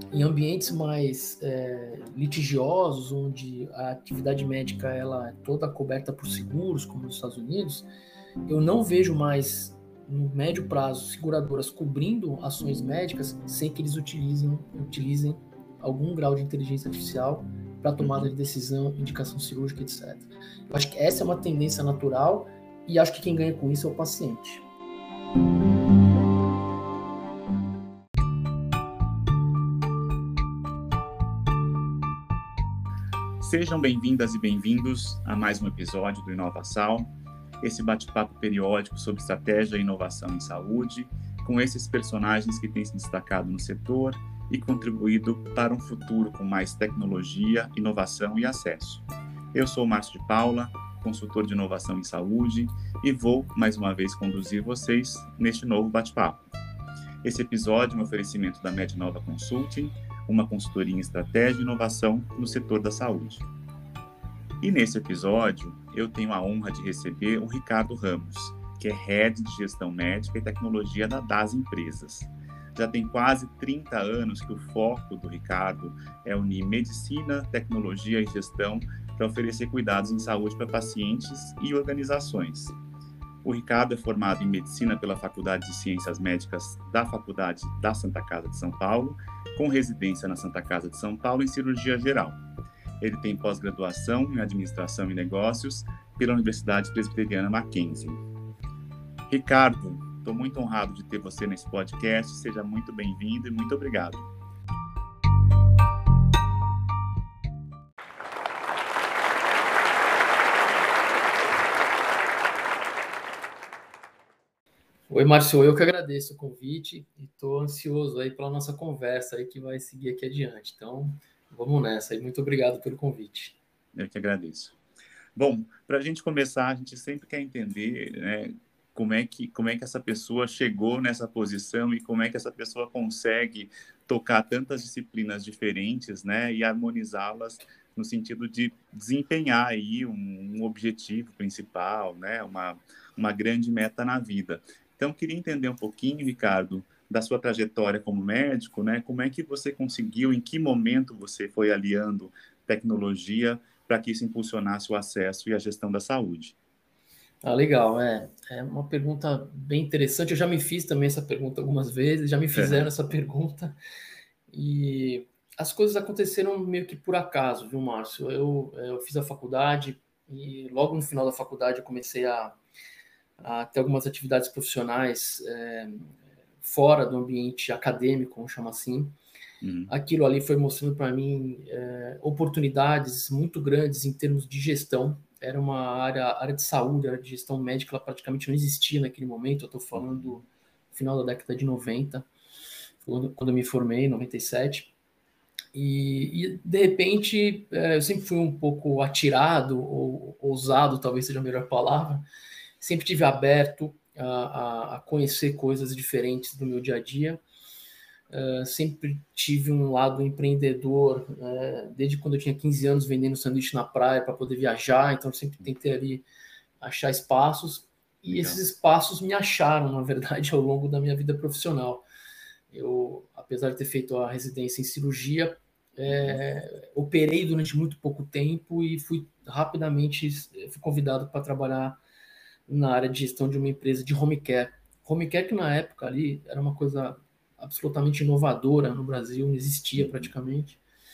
Em ambientes mais litigiosos, onde a atividade médica ela é toda coberta por seguros, como nos Estados Unidos, eu não vejo mais, no médio prazo, seguradoras cobrindo ações médicas sem que eles utilizem algum grau de inteligência artificial para tomada de decisão, indicação cirúrgica, etc. Eu acho que essa é uma tendência natural e acho que quem ganha com isso é o paciente. Sejam bem-vindas e bem-vindos a mais um episódio do Inovação, esse bate-papo periódico sobre estratégia e inovação em saúde, com esses personagens que têm se destacado no setor e contribuído para um futuro com mais tecnologia, inovação e acesso. Eu sou Márcio de Paula, consultor de inovação em saúde, e vou, mais uma vez, conduzir vocês neste novo bate-papo. Esse episódio é um oferecimento da Mednova Consulting, uma consultoria em estratégia e inovação no setor da saúde. E nesse episódio, eu tenho a honra de receber o Ricardo Ramos, que é Head de Gestão Médica e Tecnologia da Das Empresas. Já tem quase 30 anos que o foco do Ricardo é unir medicina, tecnologia e gestão para oferecer cuidados em saúde para pacientes e organizações. O Ricardo é formado em Medicina pela Faculdade de Ciências Médicas da Faculdade da Santa Casa de São Paulo, com residência na Santa Casa de São Paulo em Cirurgia Geral. Ele tem pós-graduação em Administração e Negócios pela Universidade Presbiteriana Mackenzie. Ricardo, estou muito honrado de ter você nesse podcast. Seja muito bem-vindo e muito obrigado. Oi, Márcio, eu que agradeço o convite e estou ansioso aí pela nossa conversa aí que vai seguir aqui adiante. Então, vamos nessa e muito obrigado pelo convite. Eu que agradeço. Bom, para a gente começar, a gente sempre quer entender, né, como é que essa pessoa chegou nessa posição e como é que essa pessoa consegue tocar tantas disciplinas diferentes, né, e harmonizá-las no sentido de desempenhar aí um objetivo principal, né, uma grande meta na vida. Então, queria entender um pouquinho, Ricardo, da sua trajetória como médico, né? Como é que você conseguiu, em que momento você foi aliando tecnologia para que isso impulsionasse o acesso e a gestão da saúde? Ah, legal, é uma pergunta bem interessante. Eu já me fiz também essa pergunta algumas vezes, já me fizeram essa pergunta e as coisas aconteceram meio que por acaso, viu, Márcio? Eu fiz a faculdade e logo no final da faculdade eu comecei a ter algumas atividades profissionais fora do ambiente acadêmico, vamos chamar assim. Aquilo ali foi mostrando para mim oportunidades muito grandes em termos de gestão. Era uma área de saúde, área de gestão médica, ela praticamente não existia naquele momento. Eu estou falando do final da década de 90, quando eu me formei, em 97. E de repente, eu sempre fui um pouco atirado, ou ousado, talvez seja a melhor palavra. Sempre tive aberto a conhecer coisas diferentes do meu dia a dia. Sempre tive um lado empreendedor, desde quando eu tinha 15 anos vendendo sanduíche na praia para poder viajar, então sempre tentei ali achar espaços, e Legal. esses espaços me acharam, na verdade, ao longo da minha vida profissional. Eu, apesar de ter feito a residência em cirurgia, operei durante muito pouco tempo e fui convidado para trabalhar na área de gestão de uma empresa de home care. Home care que na época ali era uma coisa absolutamente inovadora no Brasil, não existia praticamente.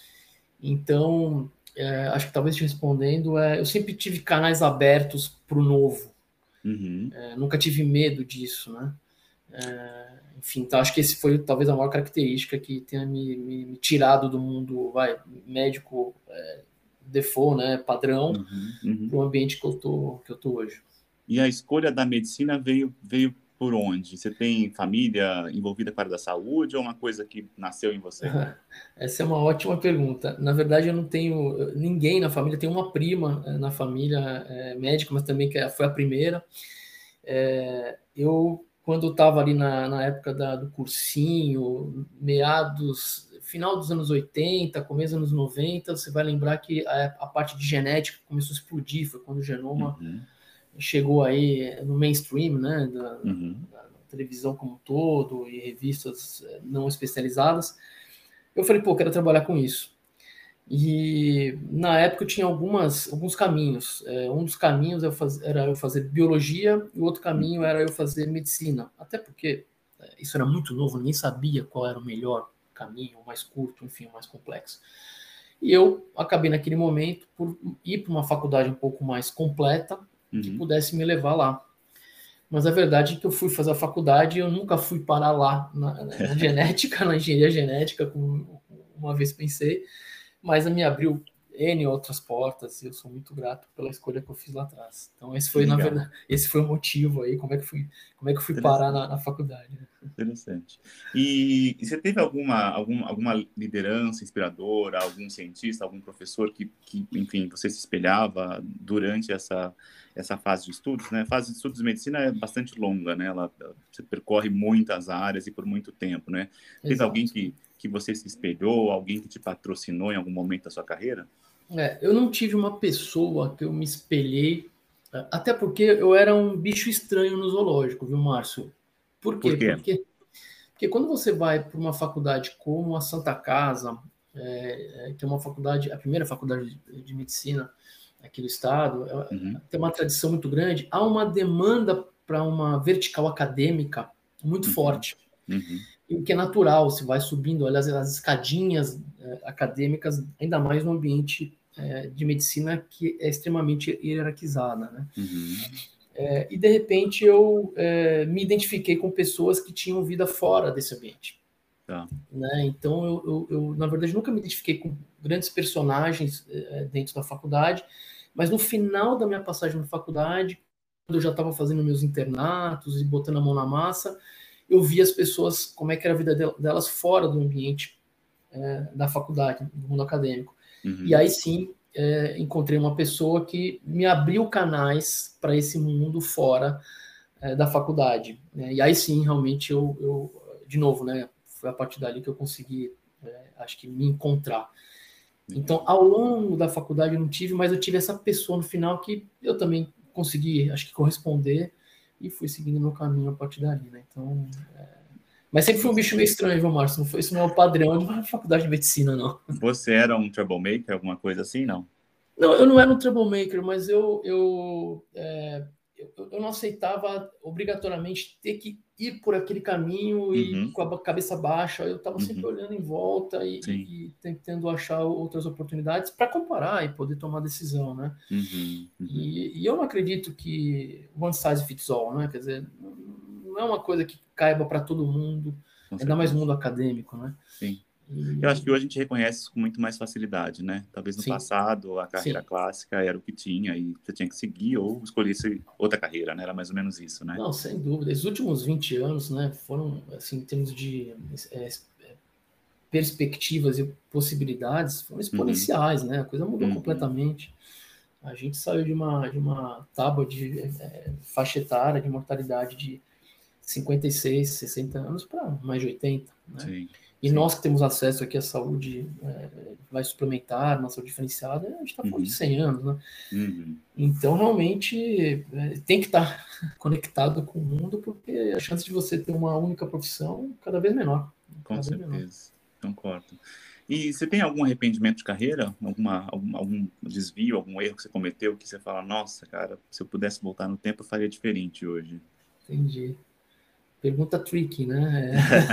Então, acho que talvez te respondendo, eu sempre tive canais abertos para o novo. Nunca tive medo disso, né? Enfim, então acho que esse foi talvez a maior característica que tenha me tirado do mundo médico default, né, padrão, para o ambiente que eu tô hoje. E a escolha da medicina veio por onde? Você tem família envolvida com a área da saúde ou uma coisa que nasceu em você? Essa é uma ótima pergunta. Na verdade, eu não tenho ninguém na família. Tenho uma prima na família médica, mas também que foi a primeira. Quando eu estava ali na época do cursinho, final dos anos 80, começo dos anos 90, você vai lembrar que a parte de genética começou a explodir. Foi quando o genoma chegou aí no mainstream, né, da televisão como um todo e revistas não especializadas. Eu falei, pô, quero trabalhar com isso. E na época eu tinha alguns caminhos. Um dos caminhos era eu fazer biologia e o outro caminho era eu fazer medicina. Até porque isso era muito novo, ninguém sabia qual era o melhor caminho, o mais curto, enfim, o mais complexo. E eu acabei naquele momento por ir para uma faculdade um pouco mais completa que pudesse me levar lá. Mas a verdade é que eu fui fazer a faculdade e eu nunca fui parar lá na genética, na engenharia genética, como uma vez pensei, mas me abriu N outras portas e eu sou muito grato pela escolha que eu fiz lá atrás. Então esse foi, na verdade, esse foi o motivo aí, como é que fui parar na faculdade. Né? Interessante. E você teve alguma liderança inspiradora, algum cientista, algum professor que, enfim, você se espelhava durante essa fase de estudos, né? A fase de estudos de medicina é bastante longa, né? Você percorre muitas áreas e por muito tempo, né? Teve Exato. alguém que você se espelhou, alguém que te patrocinou em algum momento da sua carreira? Eu não tive uma pessoa que eu me espelhei, até porque eu era um bicho estranho no zoológico, viu, Márcio? Por quê? Por quê? Porque quando você vai para uma faculdade como a Santa Casa, que é uma faculdade, a primeira faculdade de medicina aqui do estado, tem uma tradição muito grande, há uma demanda para uma vertical acadêmica muito forte. E o que é natural, você vai subindo, aliás, as escadinhas acadêmicas, ainda mais no ambiente de medicina que é extremamente hierarquizada, né? E de repente eu me identifiquei com pessoas que tinham vida fora desse ambiente. Tá. Né? Então eu, na verdade, nunca me identifiquei com grandes personagens dentro da faculdade, mas no final da minha passagem na faculdade, quando eu já estava fazendo meus internatos e botando a mão na massa, eu vi as pessoas, como é que era a vida delas fora do ambiente da faculdade, do mundo acadêmico. E aí sim, encontrei uma pessoa que me abriu canais para esse mundo fora da faculdade. Né? E aí sim, realmente, eu de novo, né, foi a partir dali que eu consegui, acho que, me encontrar. Então, ao longo da faculdade eu não tive, mas eu tive essa pessoa no final que eu também consegui, acho que, corresponder e fui seguindo meu caminho a partir dali, né? Então, mas sempre fui um bicho meio estranho, viu, Márcio? Isso não é o padrão de uma faculdade de medicina, não. Você era um troublemaker, alguma coisa assim, não? Não, eu não era um troublemaker, mas eu não aceitava obrigatoriamente ter que ir por aquele caminho e com a cabeça baixa. Eu estava sempre olhando em volta e tentando achar outras oportunidades para comparar e poder tomar decisão, né? E eu não acredito que one size fits all, né? Quer dizer, não é uma coisa que caiba para todo mundo, ainda mais no mundo acadêmico, né? Sim. Eu acho que hoje a gente reconhece isso com muito mais facilidade, né? Talvez no Sim. passado a carreira clássica era o que tinha e você tinha que seguir ou escolher outra carreira, né? Era mais ou menos isso, né? Não, sem dúvida. Os últimos 20 anos, né, foram, assim, em termos de perspectivas e possibilidades, foram exponenciais, né? A coisa mudou completamente. A gente saiu de uma tábua de faixa etária de mortalidade de 56, 60 anos para mais de 80, né? Sim. E nós que temos acesso aqui à saúde vai suplementar, na saúde diferenciada, a gente está falando de 100 anos, né? Então, realmente, tem que estar conectado com o mundo, porque a chance de você ter uma única profissão é cada vez menor. Com certeza, concordo. E você tem algum arrependimento de carreira? Algum desvio, algum erro que você cometeu que você fala, nossa, cara, se eu pudesse voltar no tempo, eu faria diferente hoje? Entendi. Pergunta tricky, né?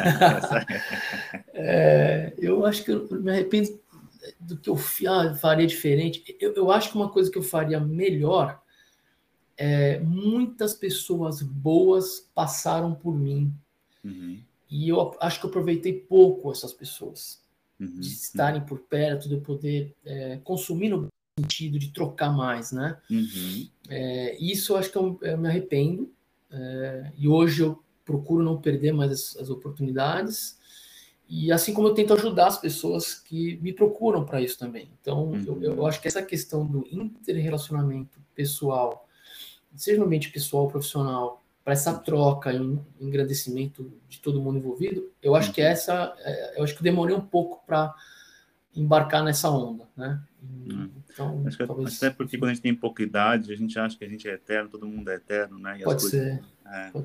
Eu acho que eu me arrependo do que eu faria diferente. Eu acho que uma coisa que eu faria melhor muitas pessoas boas passaram por mim. E eu acho que eu aproveitei pouco essas pessoas. De estarem por perto, de eu poder consumir no sentido de trocar mais, né? Isso eu acho que eu me arrependo. E hoje eu procuro não perder mais as oportunidades. E assim como eu tento ajudar as pessoas que me procuram para isso também. Então, eu acho que essa questão do interrelacionamento pessoal, seja no ambiente pessoal ou profissional, para essa troca e um engrandecimento de todo mundo envolvido, eu acho que eu acho que eu demorei um pouco para embarcar nessa onda, né? Então, acho que talvez, até porque quando a gente tem pouca idade, a gente acha que a gente é eterno, todo mundo é eterno, né? E as pode coisas... ser,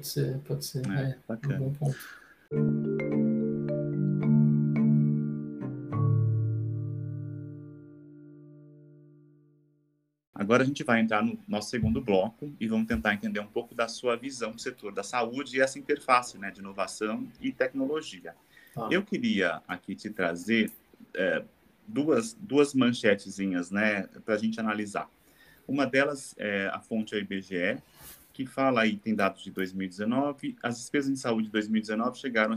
pode ser. É um bacana. bom ponto. Agora a gente vai entrar no nosso segundo bloco e vamos tentar entender um pouco da sua visão do setor da saúde e essa interface, né, de inovação e tecnologia. Tá. Eu queria aqui te trazer duas manchetezinhas, né, para a gente analisar. Uma delas é a fonte é o IBGE, que fala aí, tem dados de 2019, as despesas em saúde de 2019 chegaram a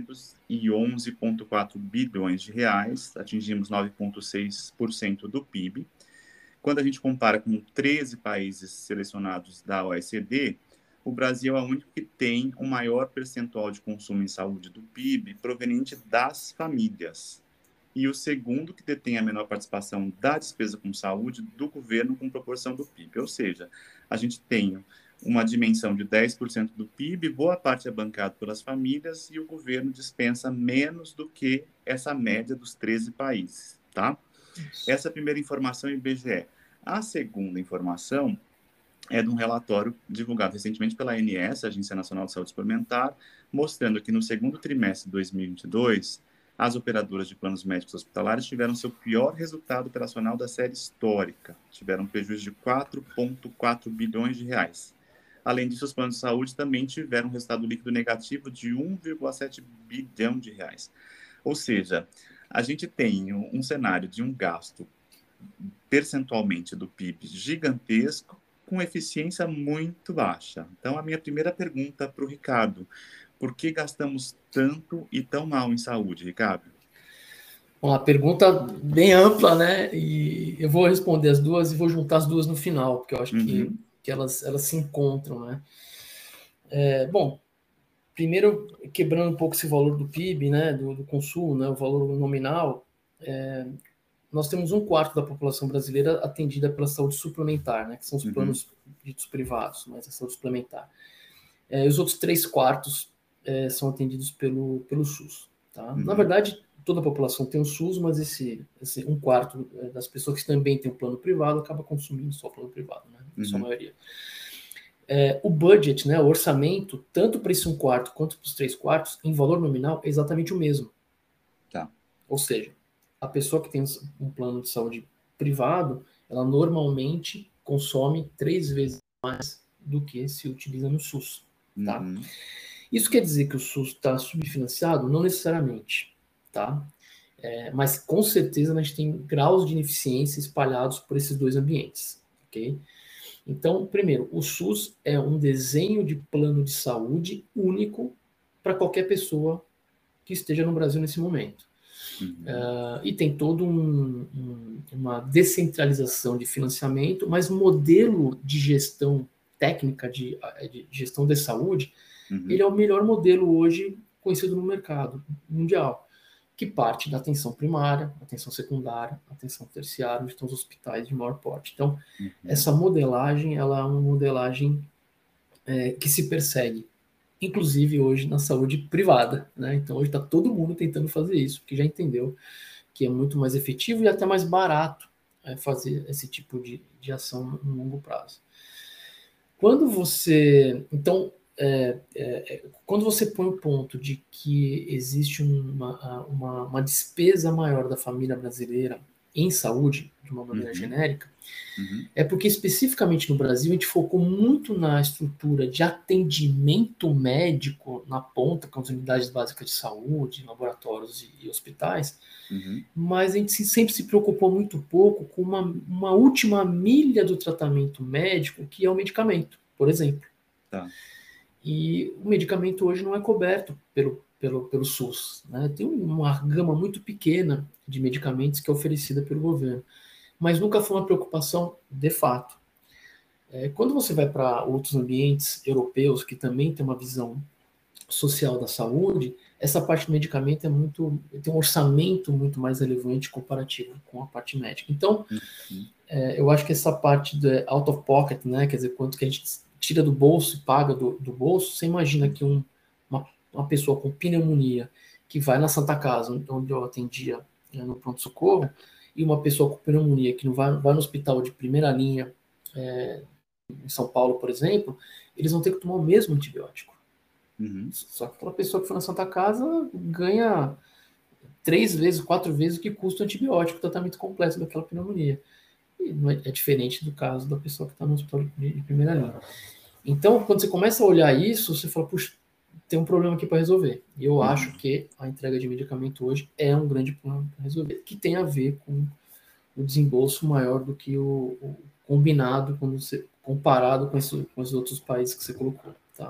711,4 bilhões de reais, atingimos 9,6% do PIB. Quando a gente compara com 13 países selecionados da OECD, o Brasil é o único que tem o maior percentual de consumo em saúde do PIB proveniente das famílias. E o segundo que detém a menor participação da despesa com saúde do governo com proporção do PIB. Ou seja, a gente tem uma dimensão de 10% do PIB, boa parte é bancado pelas famílias e o governo dispensa menos do que essa média dos 13 países, tá? Essa é a primeira informação IBGE. A segunda informação é de um relatório divulgado recentemente pela ANS, Agência Nacional de Saúde Suplementar, mostrando que no segundo trimestre de 2022, as operadoras de planos médicos hospitalares tiveram seu pior resultado operacional da série histórica. Tiveram um prejuízo de 4,4 bilhões de reais. Além disso, os planos de saúde também tiveram um resultado líquido negativo de 1,7 bilhão de reais. Ou seja, a gente tem um cenário de um gasto percentualmente do PIB gigantesco, com eficiência muito baixa. Então, a minha primeira pergunta para o Ricardo: por que gastamos tanto e tão mal em saúde, Ricardo? Uma pergunta bem ampla, né? E eu vou responder as duas e vou juntar as duas no final, porque eu acho que elas se encontram, né? Bom, primeiro, quebrando um pouco esse valor do PIB, né, do consumo, né, o valor nominal, nós temos 1/4 da população brasileira atendida pela saúde suplementar, né, que são os planos ditos privados, mas a saúde suplementar. E os outros 3/4 são atendidos pelo SUS. Tá? Na verdade, toda a população tem o SUS, mas esse 1/4 das pessoas que também têm um plano privado acaba consumindo só o plano privado, né, em sua maioria. O budget, né, o orçamento, tanto para esse 1/4 quanto para os 3/4, em valor nominal, é exatamente o mesmo. Tá. Ou seja, a pessoa que tem um plano de saúde privado, ela normalmente consome 3 vezes mais do que se utiliza no SUS. Tá? Isso quer dizer que o SUS está subfinanciado? Não necessariamente. Tá? Mas com certeza a gente tem graus de ineficiência espalhados por esses dois ambientes. Ok? Então, primeiro, o SUS é um desenho de plano de saúde único para qualquer pessoa que esteja no Brasil nesse momento. E tem toda uma descentralização de financiamento, mas o modelo de gestão técnica, de gestão de saúde, ele é o melhor modelo hoje conhecido no mercado mundial, que parte da atenção primária, atenção secundária, atenção terciária, onde estão os hospitais de maior porte. Então, essa modelagem, ela é uma modelagem que se persegue, inclusive hoje na saúde privada, né? Então, hoje está todo mundo tentando fazer isso, porque já entendeu que é muito mais efetivo e até mais barato fazer esse tipo de ação no longo prazo. Quando você... Então, quando você põe o ponto de que existe uma despesa maior da família brasileira em saúde, de uma maneira genérica, é porque especificamente no Brasil a gente focou muito na estrutura de atendimento médico na ponta, com as unidades básicas de saúde, laboratórios e hospitais, mas a gente sempre se preocupou muito pouco com uma última milha do tratamento médico, que é o medicamento, por exemplo. Tá. E o medicamento hoje não é coberto pelo SUS. Né? Tem uma gama muito pequena de medicamentos que é oferecida pelo governo. Mas nunca foi uma preocupação de fato. Quando você vai para outros ambientes europeus que também tem uma visão social da saúde, essa parte do medicamento tem um orçamento muito mais relevante comparativo com a parte médica. Então, eu acho que essa parte do out of pocket, né, quer dizer, quanto que a gente tira do bolso e paga do bolso, você imagina que uma pessoa com pneumonia que vai na Santa Casa, onde eu atendia no pronto-socorro, e uma pessoa com pneumonia que não vai no hospital de primeira linha, em São Paulo, por exemplo, eles vão ter que tomar o mesmo antibiótico. Só que aquela pessoa que foi na Santa Casa ganha 3 vezes, 4 vezes o que custa o antibiótico, o tratamento completo daquela pneumonia. E não é diferente do caso da pessoa que está no hospital de primeira linha. Então, quando você começa a olhar isso, você fala, puxa, tem um problema aqui para resolver. E eu acho que a entrega de medicamento hoje é um grande problema para resolver, que tem a ver com o desembolso maior do que o combinado quando você, comparado com os outros países que você colocou. Tá?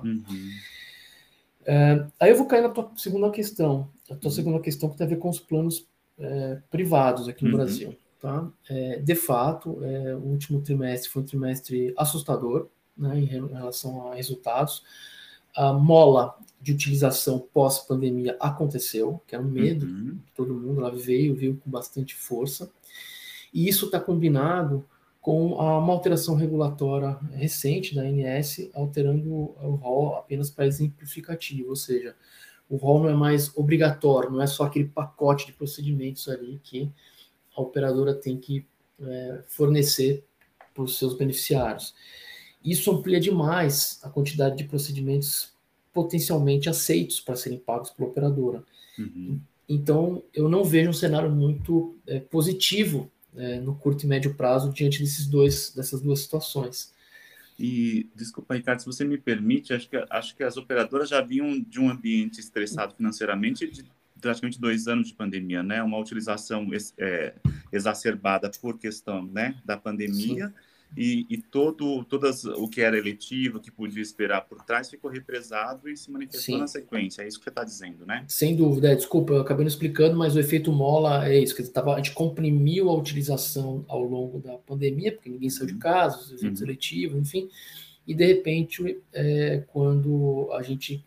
Aí eu vou cair na tua segunda questão. A tua segunda questão que tem a ver com os planos privados aqui no Brasil. Tá? De fato, o último trimestre foi um trimestre assustador, né, em relação a resultados. A mola de utilização pós-pandemia aconteceu, que era um medo de todo mundo, ela veio com bastante força. E isso está combinado com uma alteração regulatória recente da ANS, alterando o rol apenas para exemplificativo, ou seja, o rol não é mais obrigatório, não é só aquele pacote de procedimentos ali que a operadora tem que fornecer para os seus beneficiários. Isso amplia demais a quantidade de procedimentos potencialmente aceitos para serem pagos pela operadora. Então, eu não vejo um cenário muito positivo no curto e médio prazo diante dessas duas situações. E, desculpa, Ricardo, se você me permite, acho que as operadoras já vinham de um ambiente estressado financeiramente de praticamente 2 anos de pandemia, né? Uma utilização exacerbada por questão, né, da pandemia. Sim. E todas o que era eletivo, que podia esperar por trás, ficou represado e se manifestou na sequência. É isso que você está dizendo, né? Sem dúvida. Desculpa, eu acabei não explicando, mas o efeito mola é isso. Que a gente comprimiu a utilização ao longo da pandemia, porque ninguém saiu de casa, os eventos eletivos, enfim. E, de repente, quando a gente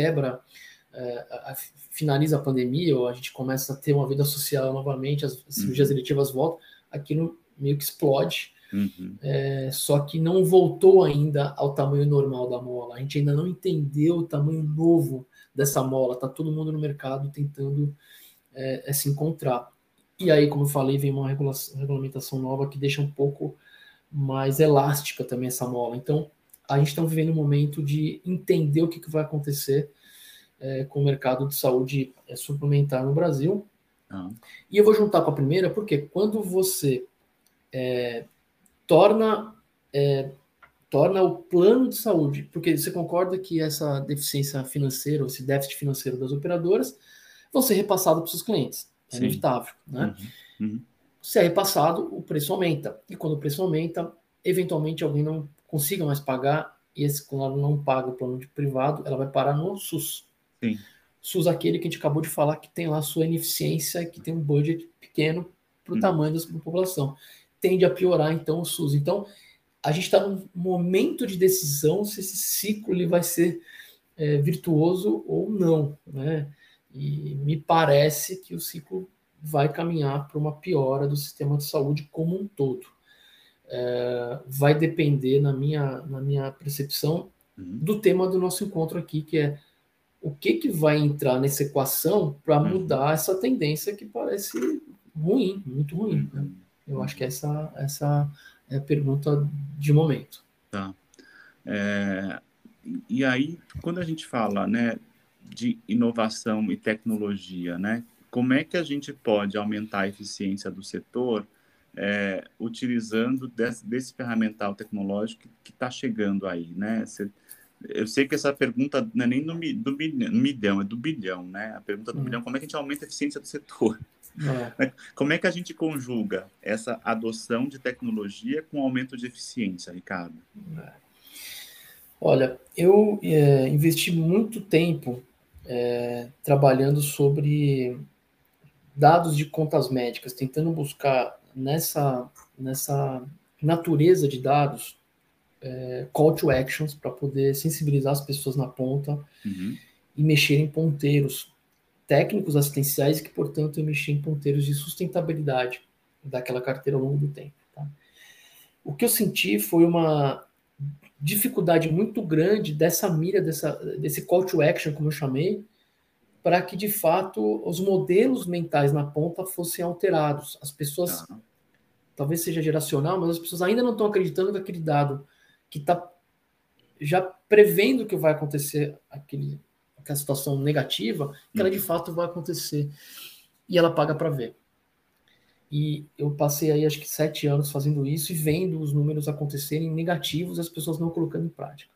finaliza a pandemia, ou a gente começa a ter uma vida social novamente, as cirurgias eletivas voltam, aquilo meio que explode. Só que não voltou ainda ao tamanho normal da mola. A gente ainda não entendeu o tamanho novo dessa mola. Está todo mundo no mercado tentando se encontrar. E aí, como eu falei, vem uma regulamentação nova que deixa um pouco mais elástica também essa mola. Então, a gente está vivendo um momento de entender o que vai acontecer com o mercado de saúde suplementar no Brasil. E eu vou juntar com a primeira, porque quando você torna o plano de saúde, porque você concorda que essa deficiência financeira, esse déficit financeiro das operadoras, vão ser repassados para os seus clientes. É inevitável, né? Se é repassado, o preço aumenta. E quando o preço aumenta, eventualmente alguém não consiga mais pagar, e quando ela não paga o plano de privado, ela vai parar no SUS. Sim. SUS, aquele que a gente acabou de falar, que tem lá a sua ineficiência, que tem um budget pequeno para o tamanho da população. Tende a piorar, então, o SUS. Então, a gente está num momento de decisão se esse ciclo ele vai ser virtuoso ou não, né? E me parece que o ciclo vai caminhar para uma piora do sistema de saúde como um todo. Vai depender, na minha percepção, do tema do nosso encontro aqui, que é o que vai entrar nessa equação para mudar essa tendência que parece ruim, muito ruim, né? Eu acho que essa é a pergunta de momento. Tá. E aí, quando a gente fala, né, de inovação e tecnologia, né, como é que a gente pode aumentar a eficiência do setor utilizando desse ferramental tecnológico que está chegando aí, né? Eu sei que essa pergunta não é nem do milhão, é do bilhão, né? A pergunta do bilhão, como é que a gente aumenta a eficiência do setor? Como é que a gente conjuga essa adoção de tecnologia com aumento de eficiência, Ricardo? Olha, eu investi muito tempo trabalhando sobre dados de contas médicas, tentando buscar nessa natureza de dados call to actions para poder sensibilizar as pessoas na ponta e mexer em ponteiros técnicos assistenciais e que, portanto, eu mexi em ponteiros de sustentabilidade daquela carteira ao longo do tempo. Tá? O que eu senti foi uma dificuldade muito grande dessa mira, desse call to action, como eu chamei, para que, de fato, os modelos mentais na ponta fossem alterados. As pessoas, talvez seja geracional, mas as pessoas ainda não estão acreditando que aquele dado que está já prevendo que vai acontecer aquela situação negativa, que ela de fato vai acontecer. E ela paga para ver. E eu passei aí acho que 7 anos fazendo isso e vendo os números acontecerem negativos e as pessoas não colocando em prática.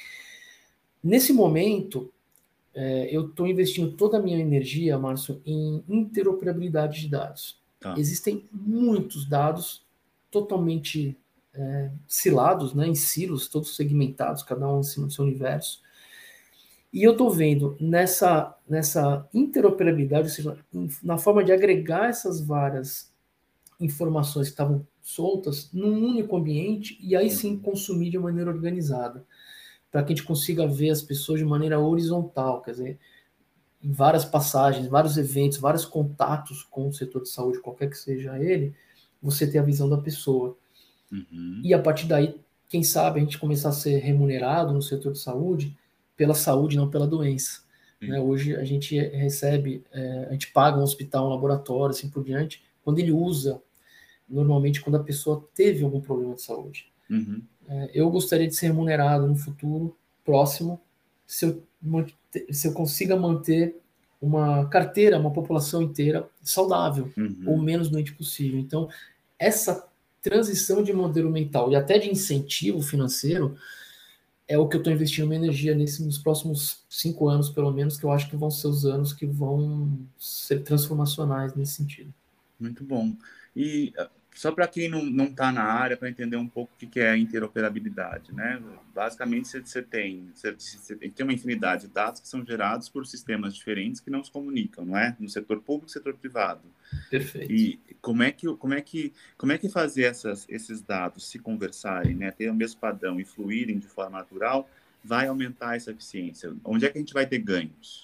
Nesse momento, eu estou investindo toda a minha energia, Márcio, em interoperabilidade de dados. Tá. Existem muitos dados totalmente silados, né, em silos, todos segmentados, cada um em cima do seu universo. E eu estou vendo nessa interoperabilidade, ou seja, na forma de agregar essas várias informações que estavam soltas num único ambiente e aí sim consumir de maneira organizada, para que a gente consiga ver as pessoas de maneira horizontal, quer dizer, em várias passagens, vários eventos, vários contatos com o setor de saúde, qualquer que seja ele, você ter a visão da pessoa. Uhum. E a partir daí, quem sabe a gente começar a ser remunerado no setor de saúde pela saúde, não pela doença. Né? Hoje a gente recebe, a gente paga um hospital, um laboratório, assim por diante, quando ele usa, normalmente quando a pessoa teve algum problema de saúde. Uhum. Eu gostaria de ser remunerado no futuro próximo se eu consiga manter uma carteira, uma população inteira saudável, ou menos doente possível. Então, essa transição de modelo mental e até de incentivo financeiro é o que eu estou investindo minha energia nos próximos 5 anos, pelo menos, que eu acho que vão ser os anos que vão ser transformacionais nesse sentido. Muito bom. E só para quem não está na área, para entender um pouco o que é a interoperabilidade, né? Basicamente, você tem uma infinidade de dados que são gerados por sistemas diferentes que não se comunicam, não é? No setor público e setor privado. Perfeito. E como é que fazer esses dados se conversarem, né? Ter o mesmo padrão e fluírem de forma natural, vai aumentar essa eficiência? Onde é que a gente vai ter ganhos?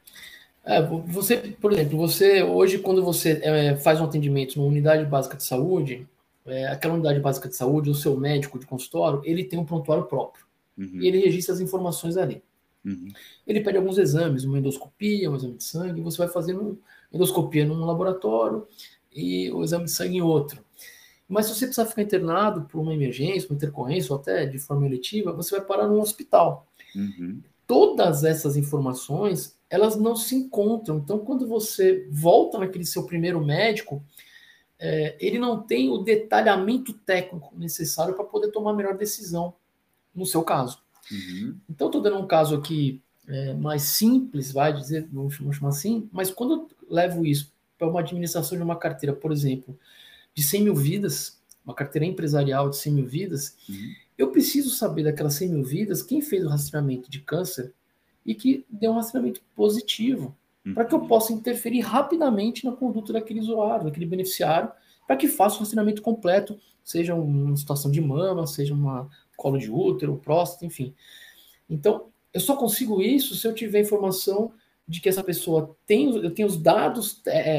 Você, por exemplo, hoje, quando você faz um atendimento numa unidade básica de saúde, aquela unidade básica de saúde, o seu médico de consultório, ele tem um prontuário próprio. E ele registra as informações ali. Ele pede alguns exames, uma endoscopia, um exame de sangue, você vai fazer uma endoscopia num laboratório e o exame de sangue em outro. Mas se você precisar ficar internado por uma emergência, uma intercorrência, ou até de forma eletiva, você vai parar num hospital. Todas essas informações, elas não se encontram. Então, quando você volta naquele seu primeiro médico, ele não tem o detalhamento técnico necessário para poder tomar a melhor decisão, no seu caso. Então, estou dando um caso aqui mais simples, vamos chamar assim, mas quando eu levo isso para uma administração de uma carteira, por exemplo, de 100 mil vidas, uma carteira empresarial de 100 mil vidas, eu preciso saber daquelas 100 mil vidas quem fez o rastreamento de câncer e que deu um rastreamento positivo, para que eu possa interferir rapidamente na conduta daquele usuário, daquele beneficiário, para que faça o rastreamento completo, seja uma situação de mama, seja uma colo de útero, próstata, enfim. Então, eu só consigo isso se eu tiver informação de que essa pessoa eu tenho os dados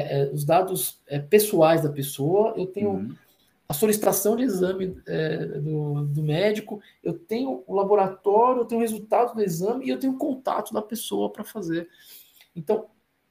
pessoais da pessoa, eu tenho a solicitação de exame do médico, eu tenho o laboratório, eu tenho o resultado do exame e eu tenho o contato da pessoa para fazer. Então,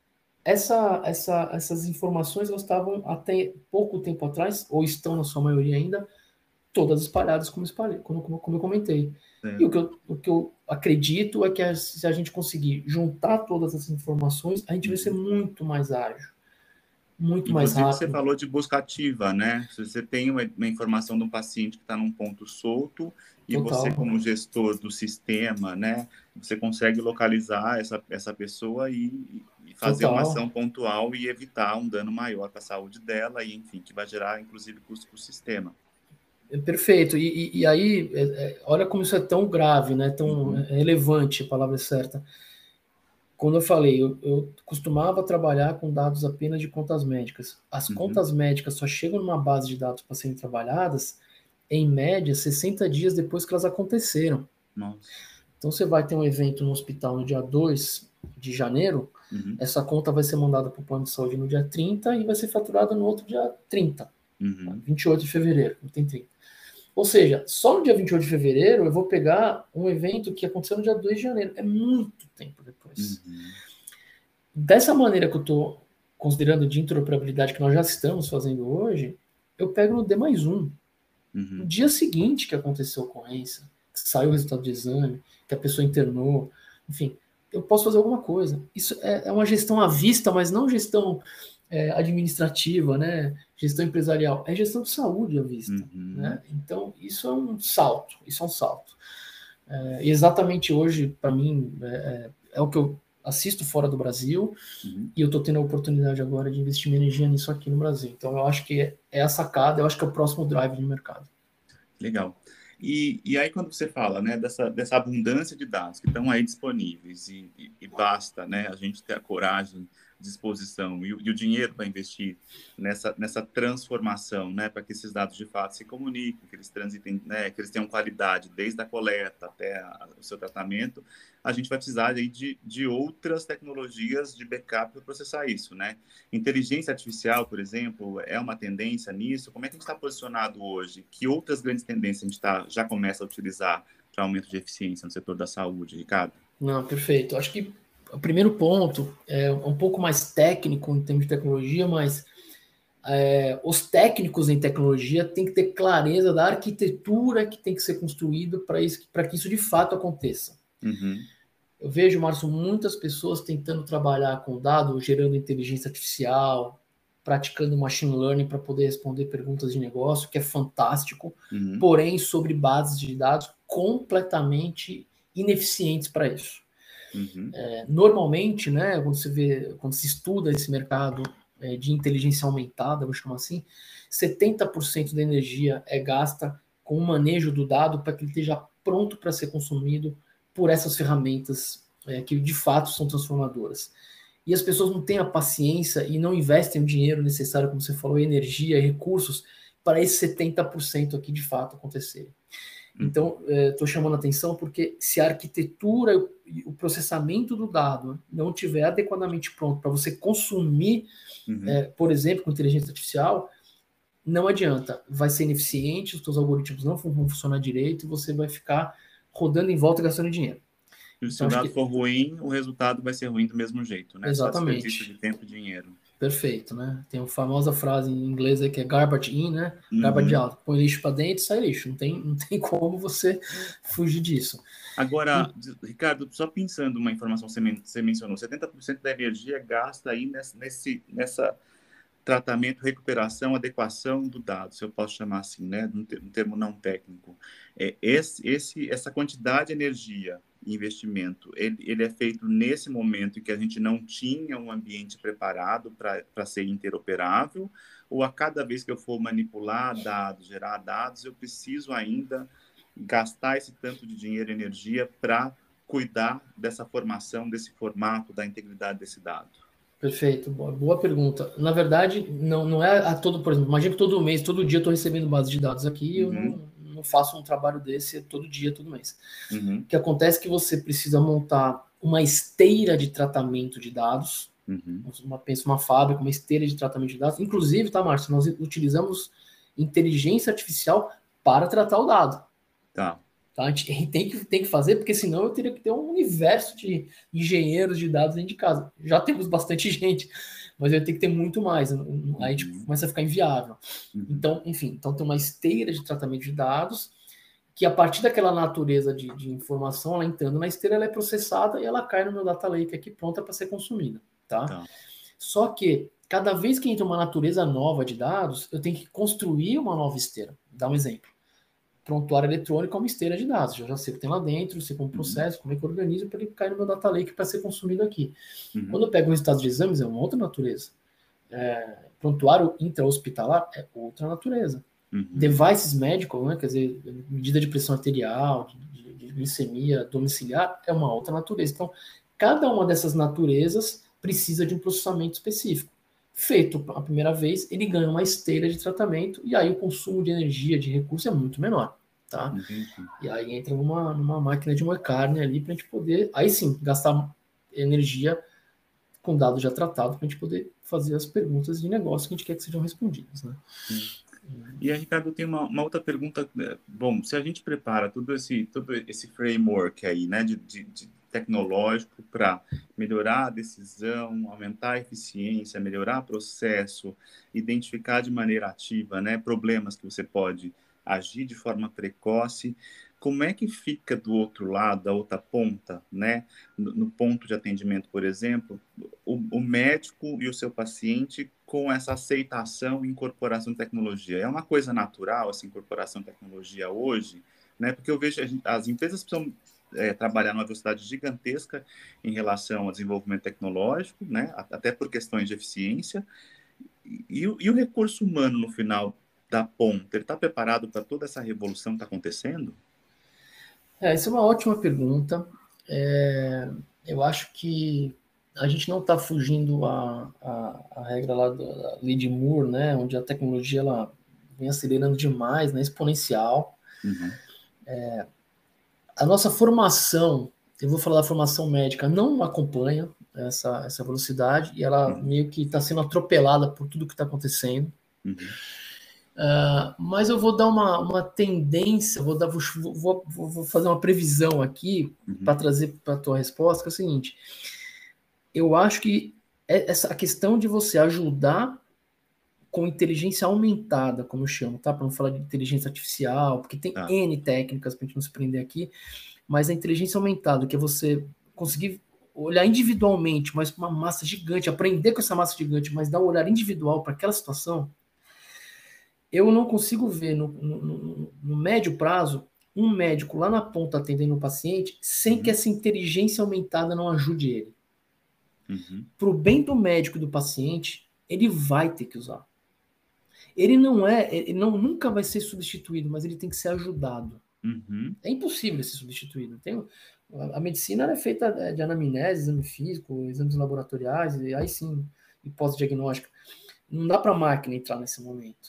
essas informações elas estavam até pouco tempo atrás, ou estão na sua maioria ainda, todas espalhadas como eu comentei. E o que eu acredito é que se a gente conseguir juntar todas essas informações, a gente vai ser muito mais ágil, muito mais Inclusive, rápido. você falou de busca ativa, né? Se você tem uma informação de um paciente que está num ponto solto e você, como gestor do sistema, né, você consegue localizar essa pessoa e fazer uma ação pontual e evitar um dano maior para a saúde dela e, enfim, que vai gerar, inclusive, custo para o sistema. Perfeito. E aí, olha como isso é tão grave, né? Tão relevante, a palavra é certa. Quando eu falei, eu costumava trabalhar com dados apenas de contas médicas. As contas médicas só chegam numa base de dados para serem trabalhadas, em média, 60 dias depois que elas aconteceram. Nossa. Então, você vai ter um evento no hospital no dia 2 de janeiro, essa conta vai ser mandada para o plano de saúde no dia 30 e vai ser faturada no outro dia 30, 28 de fevereiro, não tem 30. Ou seja, só no dia 28 de fevereiro eu vou pegar um evento que aconteceu no dia 2 de janeiro. É muito tempo depois. Dessa maneira que eu estou considerando de interoperabilidade que nós já estamos fazendo hoje, eu pego no D+1. No dia seguinte que aconteceu a ocorrência, que saiu o resultado do exame, que a pessoa internou, enfim, eu posso fazer alguma coisa. Isso é uma gestão à vista, mas não gestão administrativa, né? Gestão empresarial, é gestão de saúde à vista, né? Então, isso é um salto, E exatamente hoje, para mim, é o que eu assisto fora do Brasil, e eu estou tendo a oportunidade agora de investir minha energia nisso aqui no Brasil. Então, eu acho que é a sacada, eu acho que é o próximo drive de mercado. Legal. E aí, quando você fala, né, dessa abundância de dados que estão aí disponíveis e basta, né, a gente ter a coragem, disposição e o dinheiro para investir nessa transformação, né, para que esses dados de fato se comuniquem, que eles transitem, né, que eles tenham qualidade desde a coleta até o seu tratamento, a gente vai precisar aí de outras tecnologias de backup para processar isso, né? Inteligência artificial, por exemplo, é uma tendência nisso? Como é que a gente está posicionado hoje? Que outras grandes tendências a gente já começa a utilizar para aumento de eficiência no setor da saúde, Ricardo? Não, perfeito. Acho que o primeiro ponto é um pouco mais técnico em termos de tecnologia, mas os técnicos em tecnologia têm que ter clareza da arquitetura que tem que ser construída para que isso de fato aconteça. Eu vejo, Márcio, muitas pessoas tentando trabalhar com dados, gerando inteligência artificial, praticando machine learning para poder responder perguntas de negócio, que é fantástico, porém sobre bases de dados completamente ineficientes para isso. Normalmente, né, quando se estuda esse mercado de inteligência aumentada, vou chamar assim, 70% da energia é gasta com o manejo do dado para que ele esteja pronto para ser consumido por essas ferramentas que de fato são transformadoras. E as pessoas não têm a paciência e não investem o dinheiro necessário, como você falou, energia e recursos para esse 70% aqui de fato acontecerem. Então, estou chamando a atenção porque se a arquitetura e o processamento do dado não estiver adequadamente pronto para você consumir, por exemplo, com inteligência artificial, não adianta, vai ser ineficiente, os seus algoritmos não vão funcionar direito e você vai ficar rodando em volta e gastando dinheiro. E se o dado for ruim, o resultado vai ser ruim do mesmo jeito, né? Exatamente. Só desperdício de tempo e dinheiro. Perfeito, né? Tem uma famosa frase em inglês aí que é garbage in, né? Garbage out. Põe lixo para dentro e sai lixo. Não tem como você fugir disso. Agora, Ricardo, só pensando uma informação que você mencionou, 70% da energia gasta aí nessa tratamento, recuperação, adequação do dado, se eu posso chamar assim, né, num termo não técnico. Essa quantidade de energia e investimento, ele é feito nesse momento em que a gente não tinha um ambiente preparado para ser interoperável, ou a cada vez que eu for manipular dados, gerar dados, eu preciso ainda gastar esse tanto de dinheiro e energia para cuidar dessa formação, desse formato, da integridade desse dado? Perfeito, boa pergunta. Na verdade, não é a todo, por exemplo, imagina que todo mês, todo dia eu estou recebendo base de dados aqui, eu não faço um trabalho desse todo dia, todo mês. O que acontece é que você precisa montar uma esteira de tratamento de dados, pensa uma fábrica, uma esteira de tratamento de dados, inclusive, tá, Márcio, nós utilizamos inteligência artificial para tratar o dado. Tá. A gente tem que fazer, porque senão eu teria que ter um universo de engenheiros de dados dentro de casa. Já temos bastante gente, mas eu tenho que ter muito mais. Aí a gente começa a ficar inviável. Então, enfim, tem uma esteira de tratamento de dados que a partir daquela natureza de informação, ela entrando na esteira, ela é processada e ela cai no meu data lake aqui pronta para ser consumida. Tá? Só que cada vez que entra uma natureza nova de dados, eu tenho que construir uma nova esteira. Vou dar um exemplo. Prontuário eletrônico é uma esteira de dados. Eu já sei o que tem lá dentro, sei como processo, como é que eu organizo para ele cair no meu data lake para ser consumido aqui. Quando eu pego o resultado de exames, é uma outra natureza. Prontuário intra-hospitalar é outra natureza. Devices médicos, né, quer dizer, medida de pressão arterial, de glicemia domiciliar, é uma outra natureza. Então, cada uma dessas naturezas precisa de um processamento específico. Feito a primeira vez, ele ganha uma esteira de tratamento e aí o consumo de energia, de recurso é muito menor, tá? E aí entra numa máquina de moer carne ali para a gente poder, aí sim, gastar energia com dados já tratados para a gente poder fazer as perguntas de negócio que a gente quer que sejam respondidas, né? E aí, Ricardo, tem uma outra pergunta. Bom, se a gente prepara todo esse framework aí, né, de tecnológico para melhorar a decisão, aumentar a eficiência, melhorar o processo, identificar de maneira ativa, né, problemas que você pode agir de forma precoce. como é que fica do outro lado, da outra ponta, né? No ponto de atendimento, por exemplo, o médico e o seu paciente com essa aceitação e incorporação de tecnologia. É uma coisa natural essa incorporação de tecnologia hoje, né? Porque eu vejo as empresas precisam trabalhar numa velocidade gigantesca em relação ao desenvolvimento tecnológico, né? Até por questões de eficiência. E o recurso humano, no final da ponta, ele está preparado para toda essa revolução que está acontecendo? Essa é uma ótima pergunta. Eu acho que a gente não está fugindo à regra lá da lei de Moore, né, onde a tecnologia ela vem acelerando demais, né, exponencial. Uhum. A nossa formação, eu vou falar da formação médica, não acompanha essa velocidade e ela Uhum. meio que está sendo atropelada por tudo que está acontecendo. Uhum. Mas eu vou dar uma tendência, vou fazer uma previsão aqui para trazer para a tua resposta, que é o seguinte: eu acho que a questão de você ajudar com inteligência aumentada, como eu chamo, tá? Para não falar de inteligência artificial, porque tem Tá. N técnicas para a gente não se prender aqui, mas a inteligência aumentada, que é você conseguir olhar individualmente, mas com uma massa gigante, aprender com essa massa gigante, mas dar um olhar individual para aquela situação, eu não consigo ver no médio prazo um médico lá na ponta atendendo o paciente sem que essa inteligência aumentada não ajude ele. Para o bem do médico e do paciente, ele vai ter que usar. Ele nunca vai ser substituído, mas ele tem que ser ajudado. É impossível ser substituído. A medicina é feita de anamnese, exame físico, exames laboratoriais, e aí sim, e pós-diagnóstico. Não dá para a máquina entrar nesse momento.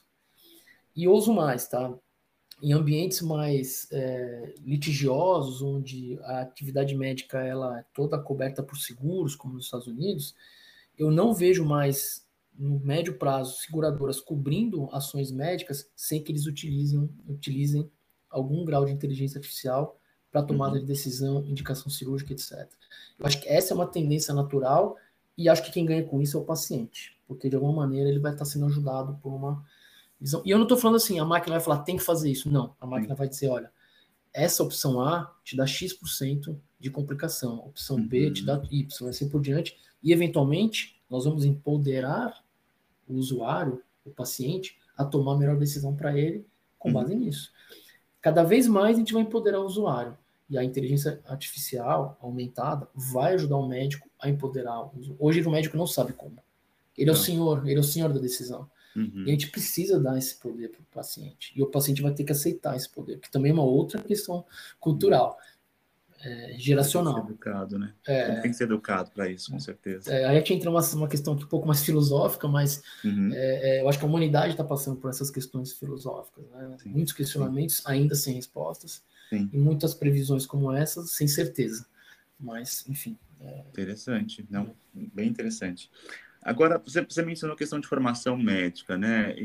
E ouso mais, tá? Em ambientes mais litigiosos, onde a atividade médica ela é toda coberta por seguros, como nos Estados Unidos, eu não vejo mais, no médio prazo, seguradoras cobrindo ações médicas sem que eles utilizem algum grau de inteligência artificial para tomada de decisão, indicação cirúrgica, etc. Eu acho que essa é uma tendência natural e acho que quem ganha com isso é o paciente, porque de alguma maneira ele vai estar sendo ajudado por uma visão. E eu não estou falando assim, a máquina vai falar, tem que fazer isso. Não, a máquina vai dizer, olha, essa opção A te dá X% de complicação, a opção B te dá Y, assim por diante, e eventualmente nós vamos empoderar o usuário, o paciente, a tomar a melhor decisão para ele com base nisso. Cada vez mais a gente vai empoderar o usuário, e a inteligência artificial aumentada vai ajudar o médico a empoderar o usuário. Hoje o médico não sabe como. Ele é o senhor da decisão. E a gente precisa dar esse poder para o paciente. E o paciente vai ter que aceitar esse poder, que também é uma outra questão cultural, geracional. Tem que ser educado, né? Tem que ser educado para isso, com certeza. Aí a gente entra uma questão aqui um pouco mais filosófica, mas eu acho que a humanidade está passando por essas questões filosóficas. Né? Muitos questionamentos ainda sem respostas, e muitas previsões como essas sem certeza. Mas, enfim. Interessante, não? Bem interessante. Agora, você mencionou a questão de formação médica, né?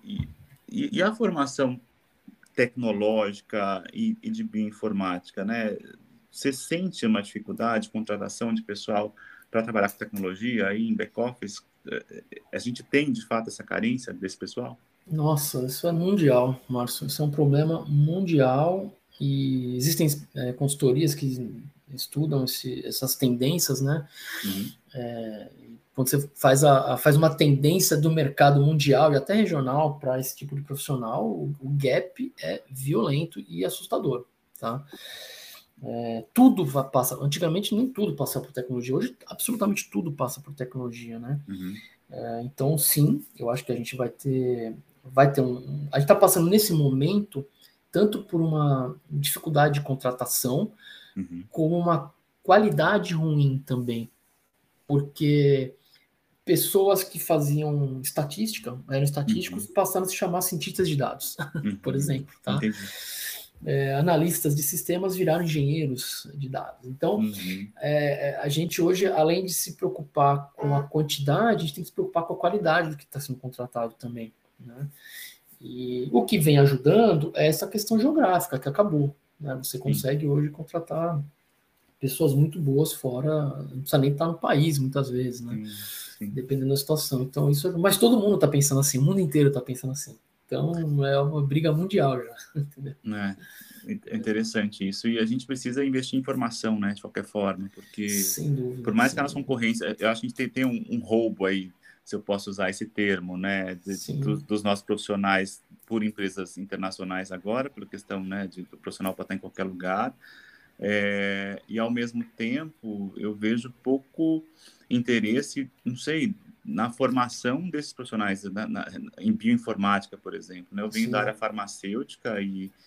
E a formação tecnológica e de bioinformática, né? Você sente uma dificuldade de contratação de pessoal para trabalhar com tecnologia aí em back-office? A gente tem, de fato, essa carência desse pessoal? Nossa, isso é mundial, Márcio. Isso é um problema mundial e existem consultorias que estudam essas tendências, né? Quando você faz uma tendência do mercado mundial e até regional para esse tipo de profissional, o gap é violento e assustador, tá? Tudo passa. Antigamente nem tudo passava por tecnologia. Hoje absolutamente tudo passa por tecnologia, né? Então sim, eu acho que a gente vai ter a gente está passando nesse momento tanto por uma dificuldade de contratação como uma qualidade ruim também, porque pessoas que faziam estatística, eram estatísticos, passaram a se chamar cientistas de dados, por exemplo, tá? Analistas de sistemas viraram engenheiros de dados. Então, a gente hoje, além de se preocupar com a quantidade, a gente tem que se preocupar com a qualidade do que está sendo contratado também, né? E o que vem ajudando é essa questão geográfica que acabou, né? Você consegue hoje contratar pessoas muito boas fora, não precisa nem estar no país muitas vezes, né? Dependendo da situação. Então, mas todo mundo está pensando assim, o mundo inteiro está pensando assim. Então, é uma briga mundial já. Entendeu? É interessante isso. E a gente precisa investir em informação, né? De qualquer forma, porque Sem dúvida. por mais que Sem a nossa dúvida. concorrência, eu acho que a gente tem um roubo aí, se eu posso usar esse termo, né? Dos nossos profissionais por empresas internacionais agora, pela questão, né? Do profissional para estar em qualquer lugar. E ao mesmo tempo eu vejo pouco interesse, não sei, na formação desses profissionais em bioinformática, por exemplo, né? Eu venho da área farmacêutica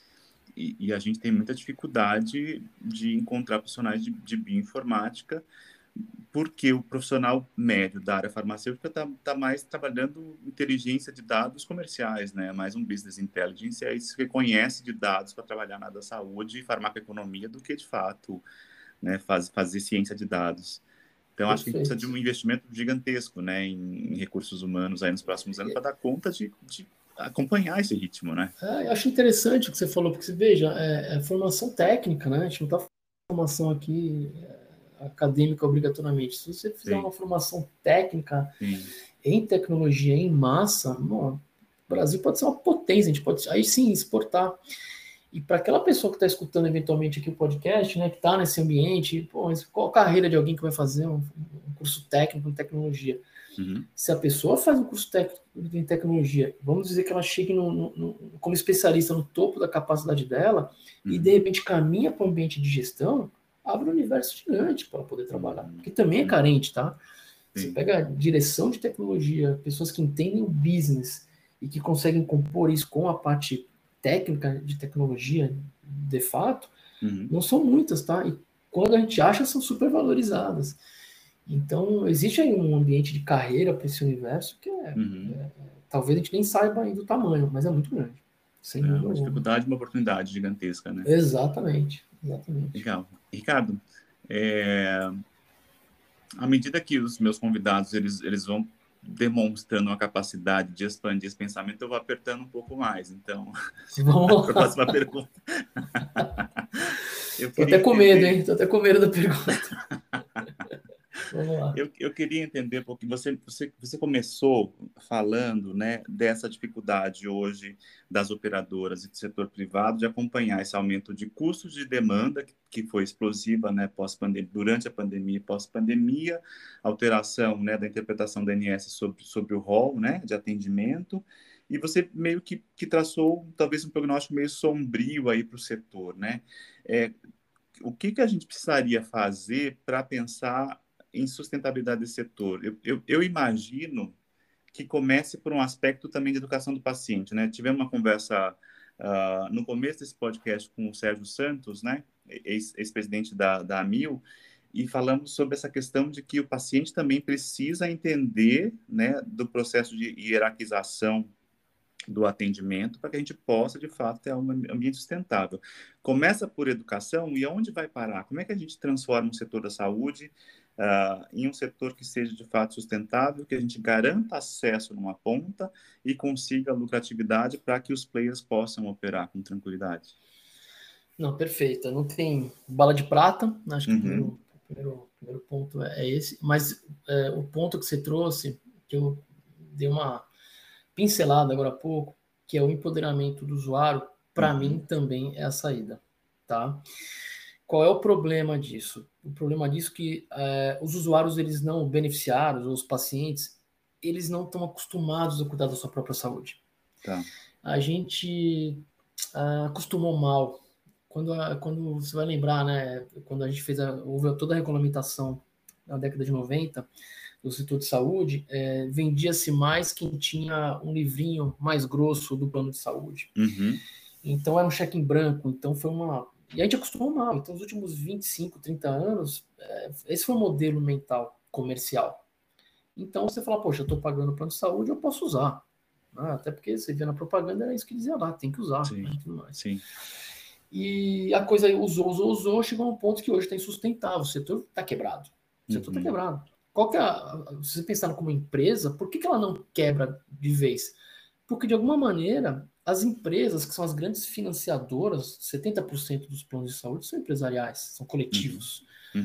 e a gente tem muita dificuldade de encontrar profissionais de bioinformática, porque o profissional médio da área farmacêutica tá mais trabalhando inteligência de dados comerciais, né? Mais um business intelligence, aí se reconhece de dados para trabalhar na área da saúde e farmacoeconomia do que, de fato, né, fazer ciência de dados. Então, acho que a gente precisa de um investimento gigantesco, né, em recursos humanos aí nos próximos anos para dar conta de acompanhar esse ritmo, né? Eu acho interessante o que você falou, porque você veja, é formação técnica, né? A gente não está formação aqui acadêmica obrigatoriamente. Se você fizer uma formação técnica em tecnologia, em massa, o Brasil pode ser uma potência, a gente pode aí sim exportar. E para aquela pessoa que está escutando eventualmente aqui o podcast, né, que está nesse ambiente, qual a carreira de alguém que vai fazer um curso técnico em tecnologia? Se a pessoa faz um curso técnico em tecnologia, vamos dizer que ela chegue como especialista no topo da capacidade dela e de repente caminha para o ambiente de gestão, abre um universo gigante para ela poder trabalhar, que também é carente, tá? Você pega a direção de tecnologia, pessoas que entendem o business e que conseguem compor isso com a parte técnica de tecnologia, de fato, não são muitas, tá? E quando a gente acha, são super valorizadas. Então, existe aí um ambiente de carreira para esse universo que talvez a gente nem saiba ainda o tamanho, mas é muito grande. Sem dúvida uma dificuldade e uma oportunidade gigantesca, né? Exatamente. Legal. Ricardo, à medida que os meus convidados eles vão demonstrando uma capacidade de expandir esse pensamento, eu vou apertando um pouco mais. Então, vamos lá. A próxima pergunta. Tô até com medo, hein? Tô até com medo da pergunta. Vamos lá. Eu queria entender, porque você começou falando, né, dessa dificuldade hoje das operadoras e do setor privado de acompanhar esse aumento de custos de demanda, que foi explosiva, né, durante a pandemia e pós-pandemia, alteração, né, da interpretação da ANS sobre o rol, né, de atendimento, e você meio que traçou talvez um prognóstico meio sombrio aí para o setor, né? O que a gente precisaria fazer para pensar em sustentabilidade desse setor? Eu imagino que comece por um aspecto também de educação do paciente, né? Tivemos uma conversa no começo desse podcast com o Sérgio Santos, né? Ex-presidente da AMIL, e falamos sobre essa questão de que o paciente também precisa entender, né, do processo de hierarquização do atendimento para que a gente possa, de fato, ter um ambiente sustentável. Começa por educação e aonde vai parar? Como é que a gente transforma o setor da saúde em um setor que seja, de fato, sustentável, que a gente garanta acesso numa ponta e consiga lucratividade para que os players possam operar com tranquilidade? Não, perfeito. Não tem bala de prata, acho que o primeiro ponto é esse, mas o ponto que você trouxe, que eu dei uma pincelada agora há pouco, que é o empoderamento do usuário, para mim também é a saída, tá? Qual é o problema disso? O problema disso é que os usuários, eles não, beneficiários, ou os pacientes, eles não estão acostumados a cuidar da sua própria saúde. Tá. A gente acostumou mal. Quando você vai lembrar, né, quando a gente houve toda a regulamentação na década de 90, do setor de saúde, vendia-se mais quem tinha um livrinho mais grosso do plano de saúde. Então era um cheque em branco, então foi uma... E a gente acostumou mal. Então, nos últimos 25, 30 anos, esse foi o modelo mental comercial. Então você fala, poxa, eu estou pagando plano de saúde, eu posso usar. Até porque você vê na propaganda, era isso que dizia lá, tem que usar. Sim, né, tudo mais. Sim. E a coisa usou, chegou a um ponto que hoje está insustentável. O setor está quebrado. O setor está quebrado. Se você pensar como empresa, por que ela não quebra de vez? Porque, de alguma maneira, as empresas, que são as grandes financiadoras, 70% dos planos de saúde são empresariais, são coletivos.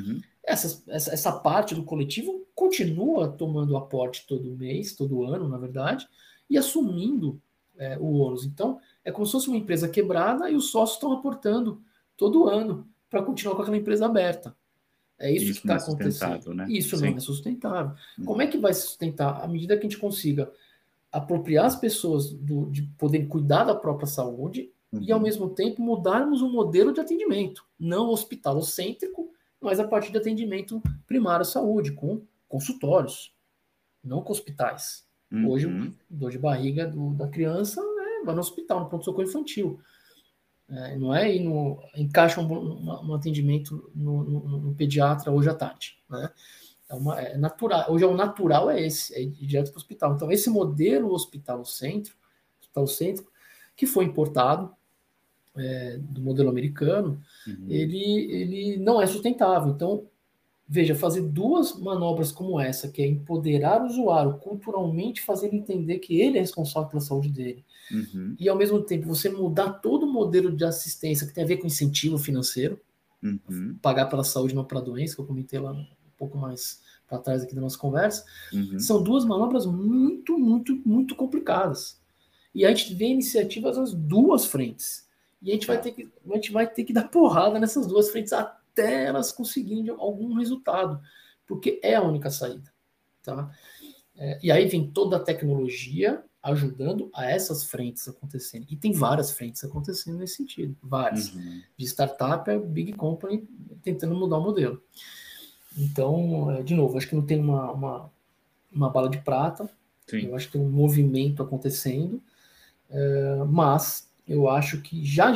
Essa parte do coletivo continua tomando aporte todo mês, todo ano, na verdade, e assumindo o ônus. Então, é como se fosse uma empresa quebrada e os sócios estão aportando todo ano para continuar com aquela empresa aberta. É isso que Isso não está é acontecendo. sustentável, né? Isso não Sim. é sustentável. Como é que vai se sustentar? À medida que a gente consiga apropriar as pessoas de poderem cuidar da própria saúde e, ao mesmo tempo, mudarmos o modelo de atendimento. Não hospitalocêntrico, mas a partir de atendimento primário à saúde, com consultórios, não com hospitais. Hoje, dor de barriga da criança, vai no hospital, no pronto-socorro infantil. Não é ir encaixa um atendimento no pediatra hoje à tarde. Né? É natural. Hoje o natural é esse, é ir direto para o hospital. Então, esse modelo hospitalocêntrico, que foi importado do modelo americano, ele não é sustentável. Então, veja, fazer duas manobras como essa, que é empoderar o usuário, culturalmente fazer ele entender que ele é responsável pela saúde dele, e ao mesmo tempo você mudar todo o modelo de assistência que tem a ver com incentivo financeiro, pagar pela saúde, não pela doença, que eu comentei lá um pouco mais para trás aqui da nossa conversa, são duas manobras muito, muito, muito complicadas. E a gente vê iniciativas nas duas frentes. E a gente vai ter que dar porrada nessas duas frentes até elas conseguirem algum resultado, porque é a única saída. Tá? E aí vem toda a tecnologia ajudando a essas frentes acontecerem. E tem várias frentes acontecendo nesse sentido, várias. De startup a big company tentando mudar o modelo. Então, de novo, acho que não tem uma bala de prata. Sim. Eu acho que tem um movimento acontecendo, mas eu acho que já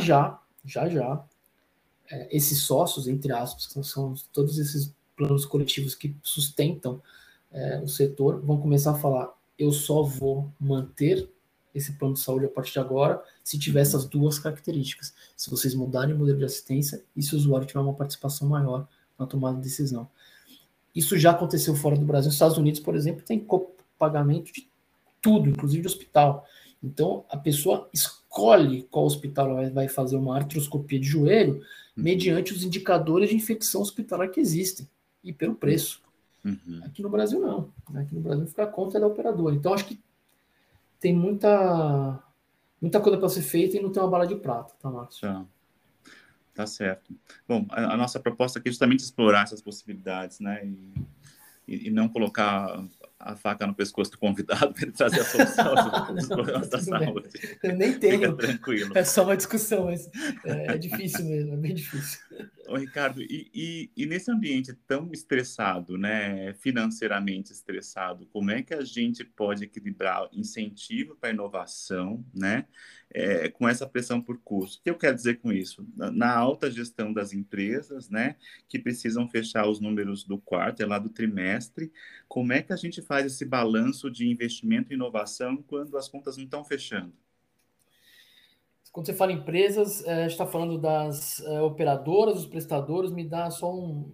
esses sócios, entre aspas, que são todos esses planos coletivos que sustentam o setor, vão começar a falar: eu só vou manter esse plano de saúde a partir de agora se tiver essas duas características. Se vocês mudarem o modelo de assistência e se o usuário tiver uma participação maior na tomada de decisão. Isso já aconteceu fora do Brasil. Nos Estados Unidos, por exemplo, tem pagamento de tudo, inclusive de hospital. Então, a pessoa escolhe qual hospital ela vai fazer uma artroscopia de joelho mediante os indicadores de infecção hospitalar que existem e pelo preço. Aqui no Brasil, não. Aqui no Brasil fica a conta da operadora. Então, acho que tem muita coisa para ser feita e não tem uma bala de prata, tá, Márcio? Tá certo. Bom, a nossa proposta aqui é justamente explorar essas possibilidades, né? E não colocar a faca no pescoço do convidado para ele trazer a solução dos problemas da saúde. Eu nem tenho. Fica tranquilo. É só uma discussão, mas é difícil mesmo, é bem difícil. Ô, Ricardo, e nesse ambiente tão estressado, né, financeiramente estressado, como é que a gente pode equilibrar incentivo para inovação, né, com essa pressão por custo? O que eu quero dizer com isso? Na alta gestão das empresas, né, que precisam fechar os números do quarto, lá do trimestre, como é que a gente faz esse balanço de investimento e inovação quando as contas não estão fechando? Quando você fala empresas, a gente está falando das operadoras, dos prestadores, me dá só um...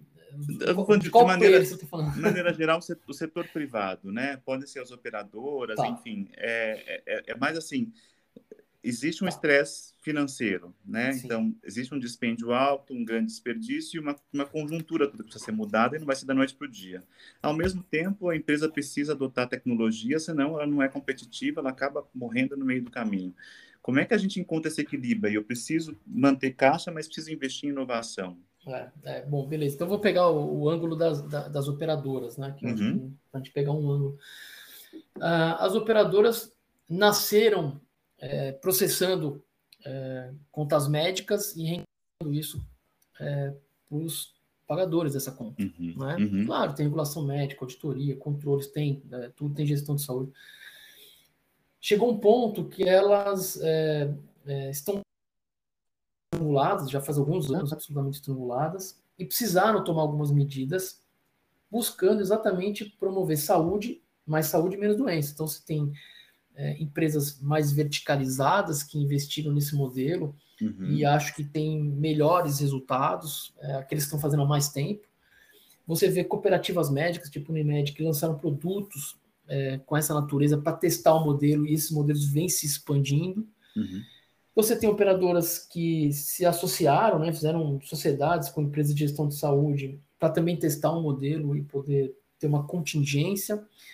De maneira geral, o setor privado, né? Podem ser as operadoras, enfim. É mais assim, existe um estresse financeiro, né? Sim. Então, existe um dispêndio alto, um grande desperdício e uma conjuntura toda que precisa ser mudada e não vai ser da noite para o dia. Ao mesmo tempo, a empresa precisa adotar tecnologia, senão ela não é competitiva, ela acaba morrendo no meio do caminho. Como é que a gente encontra esse equilíbrio? Eu preciso manter caixa, mas preciso investir em inovação. Bom, beleza. Então, eu vou pegar o ângulo das operadoras, né? Que eu acho que a gente pegar um ângulo. As operadoras nasceram processando contas médicas e rendendo isso para os pagadores dessa conta. Né? Claro, tem regulação médica, auditoria, controles, tudo tem gestão de saúde. Chegou um ponto que elas estão estranguladas, já faz alguns anos absolutamente estranguladas, e precisaram tomar algumas medidas buscando exatamente promover saúde, mais saúde e menos doença. Então, você tem empresas mais verticalizadas que investiram nesse modelo e acho que tem melhores resultados, aqueles que estão fazendo há mais tempo. Você vê cooperativas médicas, tipo Unimed, que lançaram produtos com essa natureza para testar o modelo e esses modelos vêm se expandindo. Você tem operadoras que se associaram, né, fizeram sociedades com empresas de gestão de saúde para também testar um modelo e poder ter uma contingência.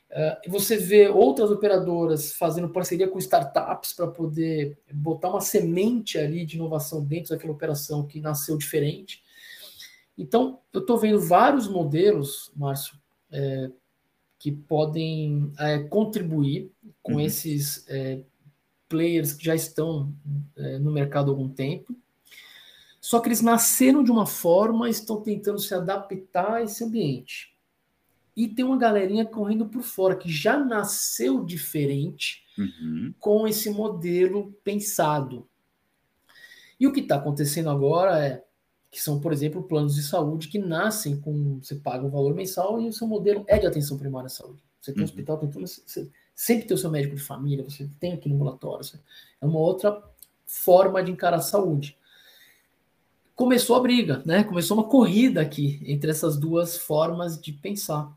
Você vê outras operadoras fazendo parceria com startups para poder botar uma semente ali de inovação dentro daquela operação que nasceu diferente. Então, eu estou vendo vários modelos, Márcio, que podem contribuir com esses players que já estão no mercado há algum tempo. Só que eles nasceram de uma forma e estão tentando se adaptar a esse ambiente. E tem uma galerinha correndo por fora que já nasceu diferente com esse modelo pensado. E o que está acontecendo agora que são, por exemplo, planos de saúde que nascem com... Você paga um valor mensal e o seu modelo é de atenção primária à saúde. Você tem um hospital, tem tudo, você sempre tem o seu médico de família, você tem aqui no ambulatório. É uma outra forma de encarar a saúde. Começou a briga, né? Começou uma corrida aqui entre essas duas formas de pensar.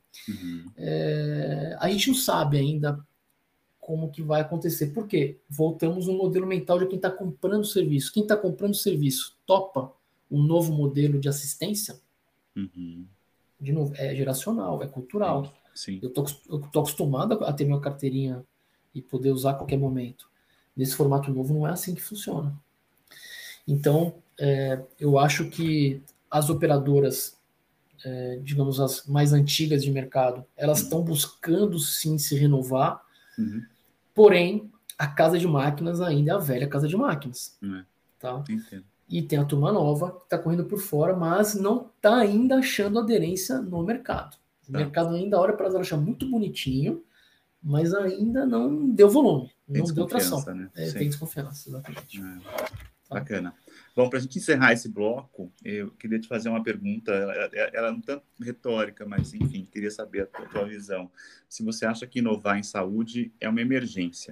A gente não sabe ainda como que vai acontecer. Por quê? Voltamos no modelo mental de quem está comprando serviço. Quem está comprando serviço topa um novo modelo de assistência? De novo, é geracional, é cultural. Sim. Eu tô acostumado a ter minha carteirinha e poder usar a qualquer momento. Nesse formato novo não é assim que funciona. Então, eu acho que as operadoras, digamos, as mais antigas de mercado, elas estão buscando sim se renovar, porém, a casa de máquinas ainda é a velha casa de máquinas. Tá? Entendo. E tem a turma nova que está correndo por fora, mas não está ainda achando aderência no mercado. O mercado ainda olha para elas, achar muito bonitinho, mas ainda não deu volume, não deu tração. Né? Tem desconfiança, exatamente. Bacana. Bom, para a gente encerrar esse bloco, eu queria te fazer uma pergunta, ela é um tanto retórica, mas, enfim, queria saber a tua visão. Se você acha que inovar em saúde é uma emergência?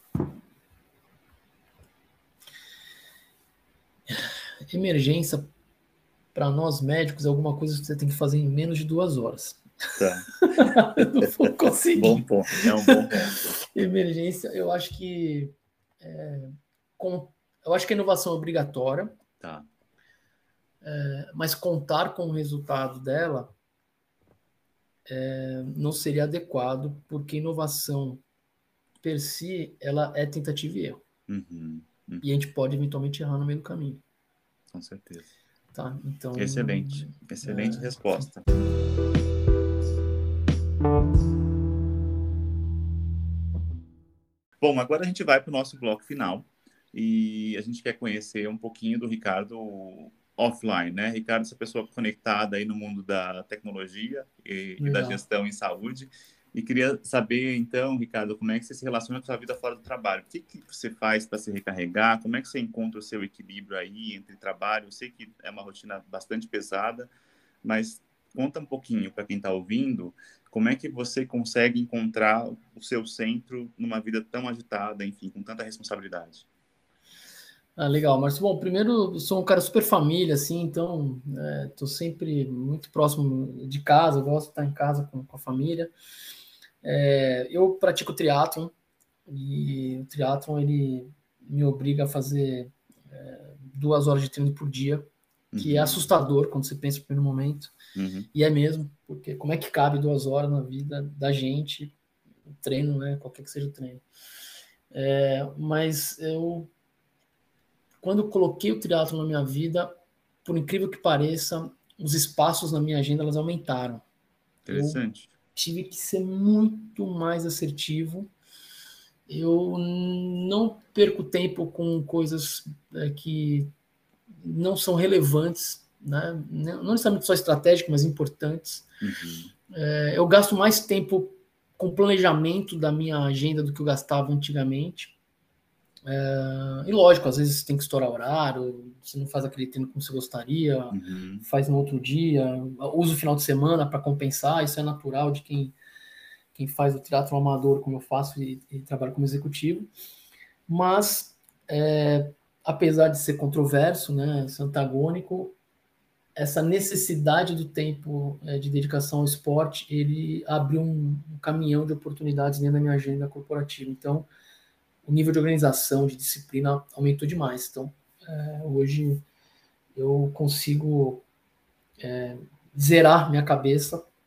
Emergência, para nós médicos, é alguma coisa que você tem que fazer em menos de 2 horas. Tá. Eu não vou conseguir. Bom ponto. É um bom ponto. Emergência, eu acho que eu acho que a inovação é obrigatória, tá. Mas contar com o resultado dela não seria adequado, porque inovação per si, ela é tentativa e erro. E a gente pode eventualmente errar no meio do caminho. Com certeza. Tá? Então, excelente resposta. Bom, agora a gente vai para o nosso bloco final e a gente quer conhecer um pouquinho do Ricardo offline, né? Ricardo, essa pessoa conectada aí no mundo da tecnologia e da gestão em saúde. E queria saber, então, Ricardo, como é que você se relaciona com a sua vida fora do trabalho? O que você faz para se recarregar? Como é que você encontra o seu equilíbrio aí entre trabalho? Eu sei que é uma rotina bastante pesada, mas conta um pouquinho para quem está ouvindo, como é que você consegue encontrar o seu centro numa vida tão agitada, enfim, com tanta responsabilidade? Legal, Márcio. Bom, primeiro, eu sou um cara super família, assim, então estou sempre muito próximo de casa, eu gosto de estar em casa com a família. Eu pratico triatlon, e o triatlon, ele me obriga a fazer 2 horas de treino por dia, que é assustador quando você pensa no primeiro momento. E é mesmo, porque como é que cabe 2 horas na vida da gente, o treino, né, qualquer que seja o treino. Mas quando eu coloquei o triatlon na minha vida, por incrível que pareça, os espaços na minha agenda, elas aumentaram. Interessante. Eu tive que ser muito mais assertivo. Eu não perco tempo com coisas que não são relevantes, né? Não necessariamente só estratégicas, mas importantes. Eu gasto mais tempo com planejamento da minha agenda do que eu gastava antigamente. E lógico, às vezes você tem que estourar horário, você não faz aquele treino como você gostaria, faz no outro dia, usa o final de semana para compensar, isso é natural de quem faz o triatlo amador, como eu faço, e trabalha como executivo. Mas, apesar de ser controverso, né, ser antagônico, essa necessidade do tempo de dedicação ao esporte, ele abriu um caminhão de oportunidades dentro da minha agenda corporativa. Então, o nível de organização, de disciplina aumentou demais. Então, hoje eu consigo zerar minha cabeça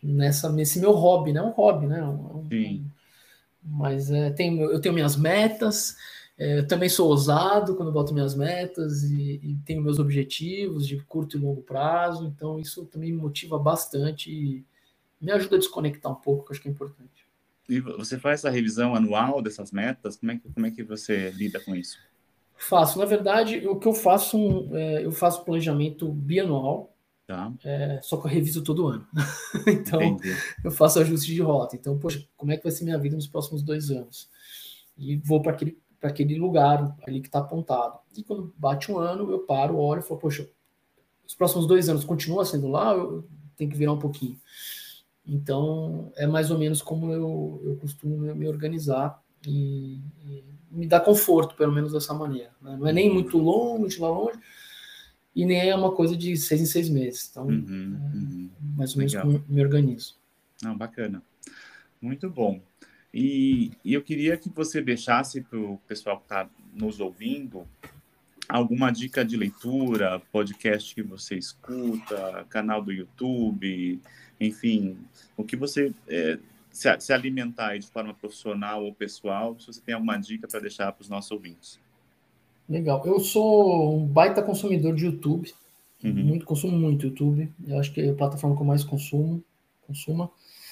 nesse meu hobby, né? Um hobby, né? Sim. Mas eu tenho minhas metas, eu também sou ousado quando boto minhas metas e tenho meus objetivos de curto e longo prazo, então isso também me motiva bastante e me ajuda a desconectar um pouco, que eu acho que é importante. E você faz essa revisão anual dessas metas? Como é que você lida com isso? Faço, na verdade, o que eu faço, eu faço planejamento bianual, Tá, só que eu reviso todo ano. Então, entendi. eu faço ajuste de rota. Então, poxa, como é que vai ser minha vida nos próximos 2 anos? E vou para aquele lugar ali que está apontado. E quando bate um ano, eu paro, olho e falo, poxa, os próximos 2 anos continua sendo lá, eu tenho que virar um pouquinho. Então, é mais ou menos como eu costumo me organizar e me dá conforto, pelo menos dessa maneira. Né? Não é nem muito longe, lá longe, e nem é uma coisa de 6 em 6 meses. Então, mais ou menos Legal. como me organizo. Não, bacana. Muito bom. E eu queria que você deixasse para o pessoal que está nos ouvindo alguma dica de leitura, podcast que você escuta, canal do YouTube, enfim, o que você se alimentar aí de forma profissional ou pessoal, se você tem alguma dica para deixar para os nossos ouvintes. Legal. Eu sou um baita consumidor de YouTube. Uhum. Consumo muito YouTube. Eu acho que é a plataforma que eu mais consuma.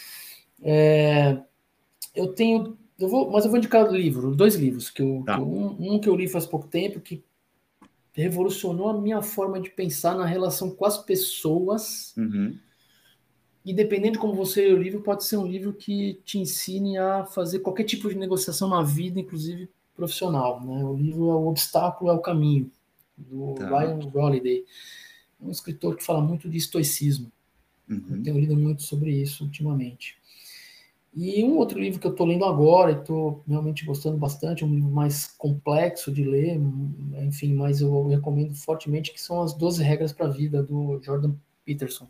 Mas eu vou indicar dois livros Tá. um que eu li faz pouco tempo que revolucionou a minha forma de pensar na relação com as pessoas. Uhum. E dependendo de como você lê o livro, pode ser um livro que te ensine a fazer qualquer tipo de negociação na vida, inclusive profissional. Né? O livro é O Obstáculo é o Caminho, do Tá. Ryan Holiday. É um escritor que fala muito de estoicismo. Eu Uhum. tenho lido muito sobre isso ultimamente. E um outro livro que eu estou lendo agora e estou realmente gostando bastante, um livro mais complexo de ler, enfim, mas eu recomendo fortemente, que são As 12 Regras para a Vida, do Jordan Peterson.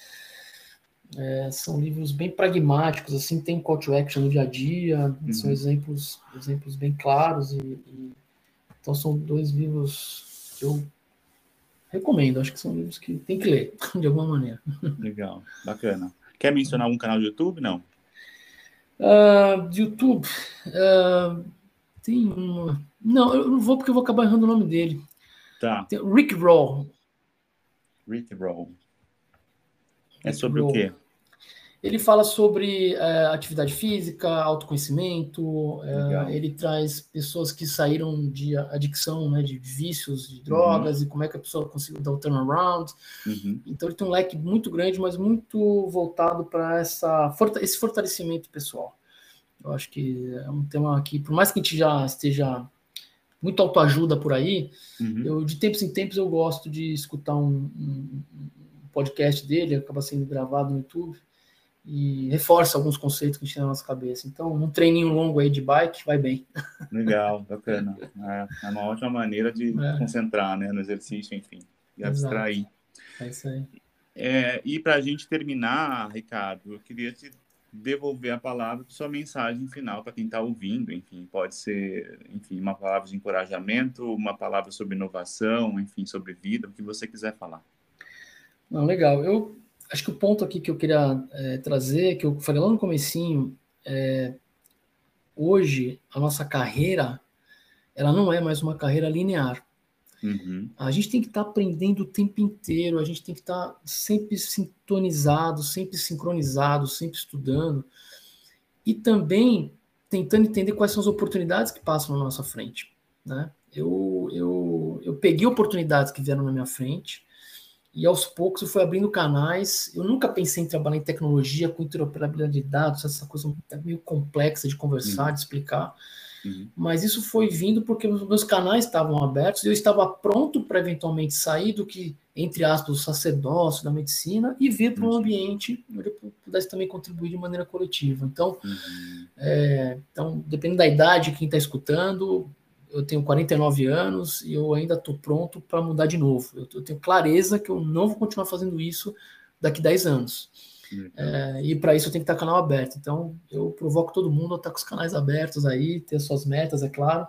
São livros bem pragmáticos, assim, tem call to action no dia a dia, são exemplos bem claros, então são 2 livros que eu recomendo, acho que são livros que tem que ler, de alguma maneira. Legal, bacana. Quer mencionar algum canal do YouTube? Não. YouTube, tem uma... Não, eu não vou porque eu vou acabar errando o nome dele. Tá. Tem Rick Roll. Rick Roll. É Rick sobre o Roll. quê? Ele fala sobre atividade física, autoconhecimento, Legal. ele traz pessoas que saíram de adicção, né, de vícios, de drogas, e como é que a pessoa conseguiu dar o turnaround. Então ele tem um leque muito grande, mas muito voltado para esse fortalecimento pessoal. Eu acho que é um tema que, por mais que a gente já esteja muito autoajuda por aí, eu de tempos em tempos eu gosto de escutar um podcast dele, acaba sendo gravado no YouTube, e reforça alguns conceitos que a gente tem na nossa cabeça. Então, um treininho longo aí de bike vai bem. Legal, bacana. É uma ótima maneira de concentrar, né, no exercício, enfim, e Exato. abstrair. É isso aí. E para a gente terminar, Ricardo, eu queria te devolver a palavra para sua mensagem final para quem está ouvindo. Enfim, pode ser, enfim, uma palavra de encorajamento, uma palavra sobre inovação, enfim, sobre vida, o que você quiser falar. Não, legal. Eu acho que o ponto aqui que eu queria trazer, que eu falei lá no comecinho, hoje a nossa carreira, ela não é mais uma carreira linear. A gente tem que estar aprendendo o tempo inteiro, a gente tem que estar sempre sintonizado, sempre sincronizado, sempre estudando e também tentando entender quais são as oportunidades que passam na nossa frente. Né? Eu peguei oportunidades que vieram na minha frente e aos poucos eu fui abrindo canais. Eu nunca pensei em trabalhar em tecnologia com interoperabilidade de dados, essa coisa meio complexa de conversar, de explicar. Mas isso foi vindo porque os meus canais estavam abertos e eu estava pronto para eventualmente sair do que, entre aspas, o sacerdócio da medicina e vir para um ambiente onde eu pudesse também contribuir de maneira coletiva. Então, dependendo da idade, quem está escutando, eu tenho 49 anos e eu ainda estou pronto para mudar de novo. Eu tenho clareza que eu não vou continuar fazendo isso daqui 10 anos. E para isso eu tenho que estar com o canal aberto. Então, eu provoco todo mundo a estar com os canais abertos aí, ter suas metas, é claro,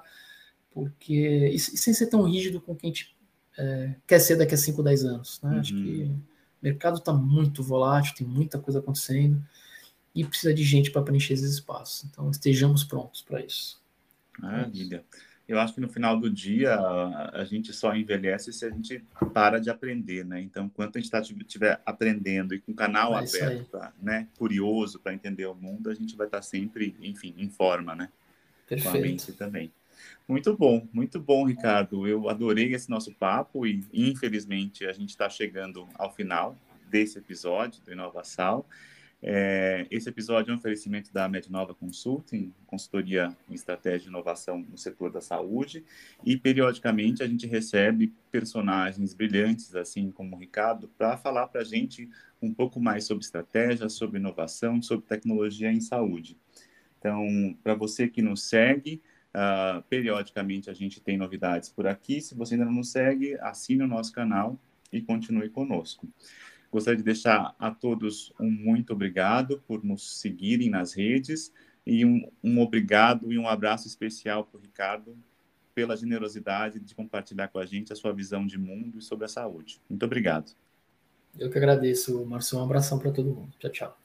porque e sem ser tão rígido com quem a gente quer ser daqui a 5, 10 anos. Né? Acho que O mercado está muito volátil, tem muita coisa acontecendo e precisa de gente para preencher esses espaços. Então, estejamos prontos para isso. Maravilha. Eu acho que no final do dia a gente só envelhece se a gente para de aprender, né? Então, enquanto a gente estiver aprendendo e com o canal aberto, né, curioso para entender o mundo, a gente vai estar sempre, enfim, em forma, né? Perfeito. Com a mente também. Muito bom, Ricardo. Eu adorei esse nosso papo e, infelizmente, a gente está chegando ao final desse episódio do Inovação. Esse episódio é um oferecimento da Mednova Consulting, consultoria em estratégia de inovação no setor da saúde, e periodicamente a gente recebe personagens brilhantes, assim como o Ricardo, para falar para a gente um pouco mais sobre estratégia, sobre inovação, sobre tecnologia em saúde. Então, para você que nos segue, periodicamente a gente tem novidades por aqui. Se você ainda não nos segue, assine o nosso canal e continue conosco. Gostaria de deixar a todos um muito obrigado por nos seguirem nas redes e um obrigado e um abraço especial para o Ricardo pela generosidade de compartilhar com a gente a sua visão de mundo e sobre a saúde. Muito obrigado. Eu que agradeço, Marcio. Um abração para todo mundo. Tchau, tchau.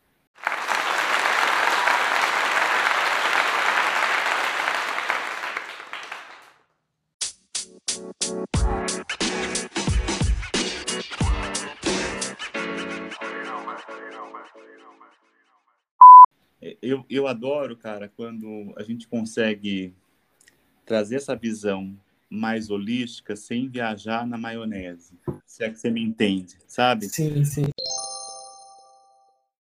Eu adoro, cara, quando a gente consegue trazer essa visão mais holística sem viajar na maionese. Se é que você me entende, sabe? Sim, sim.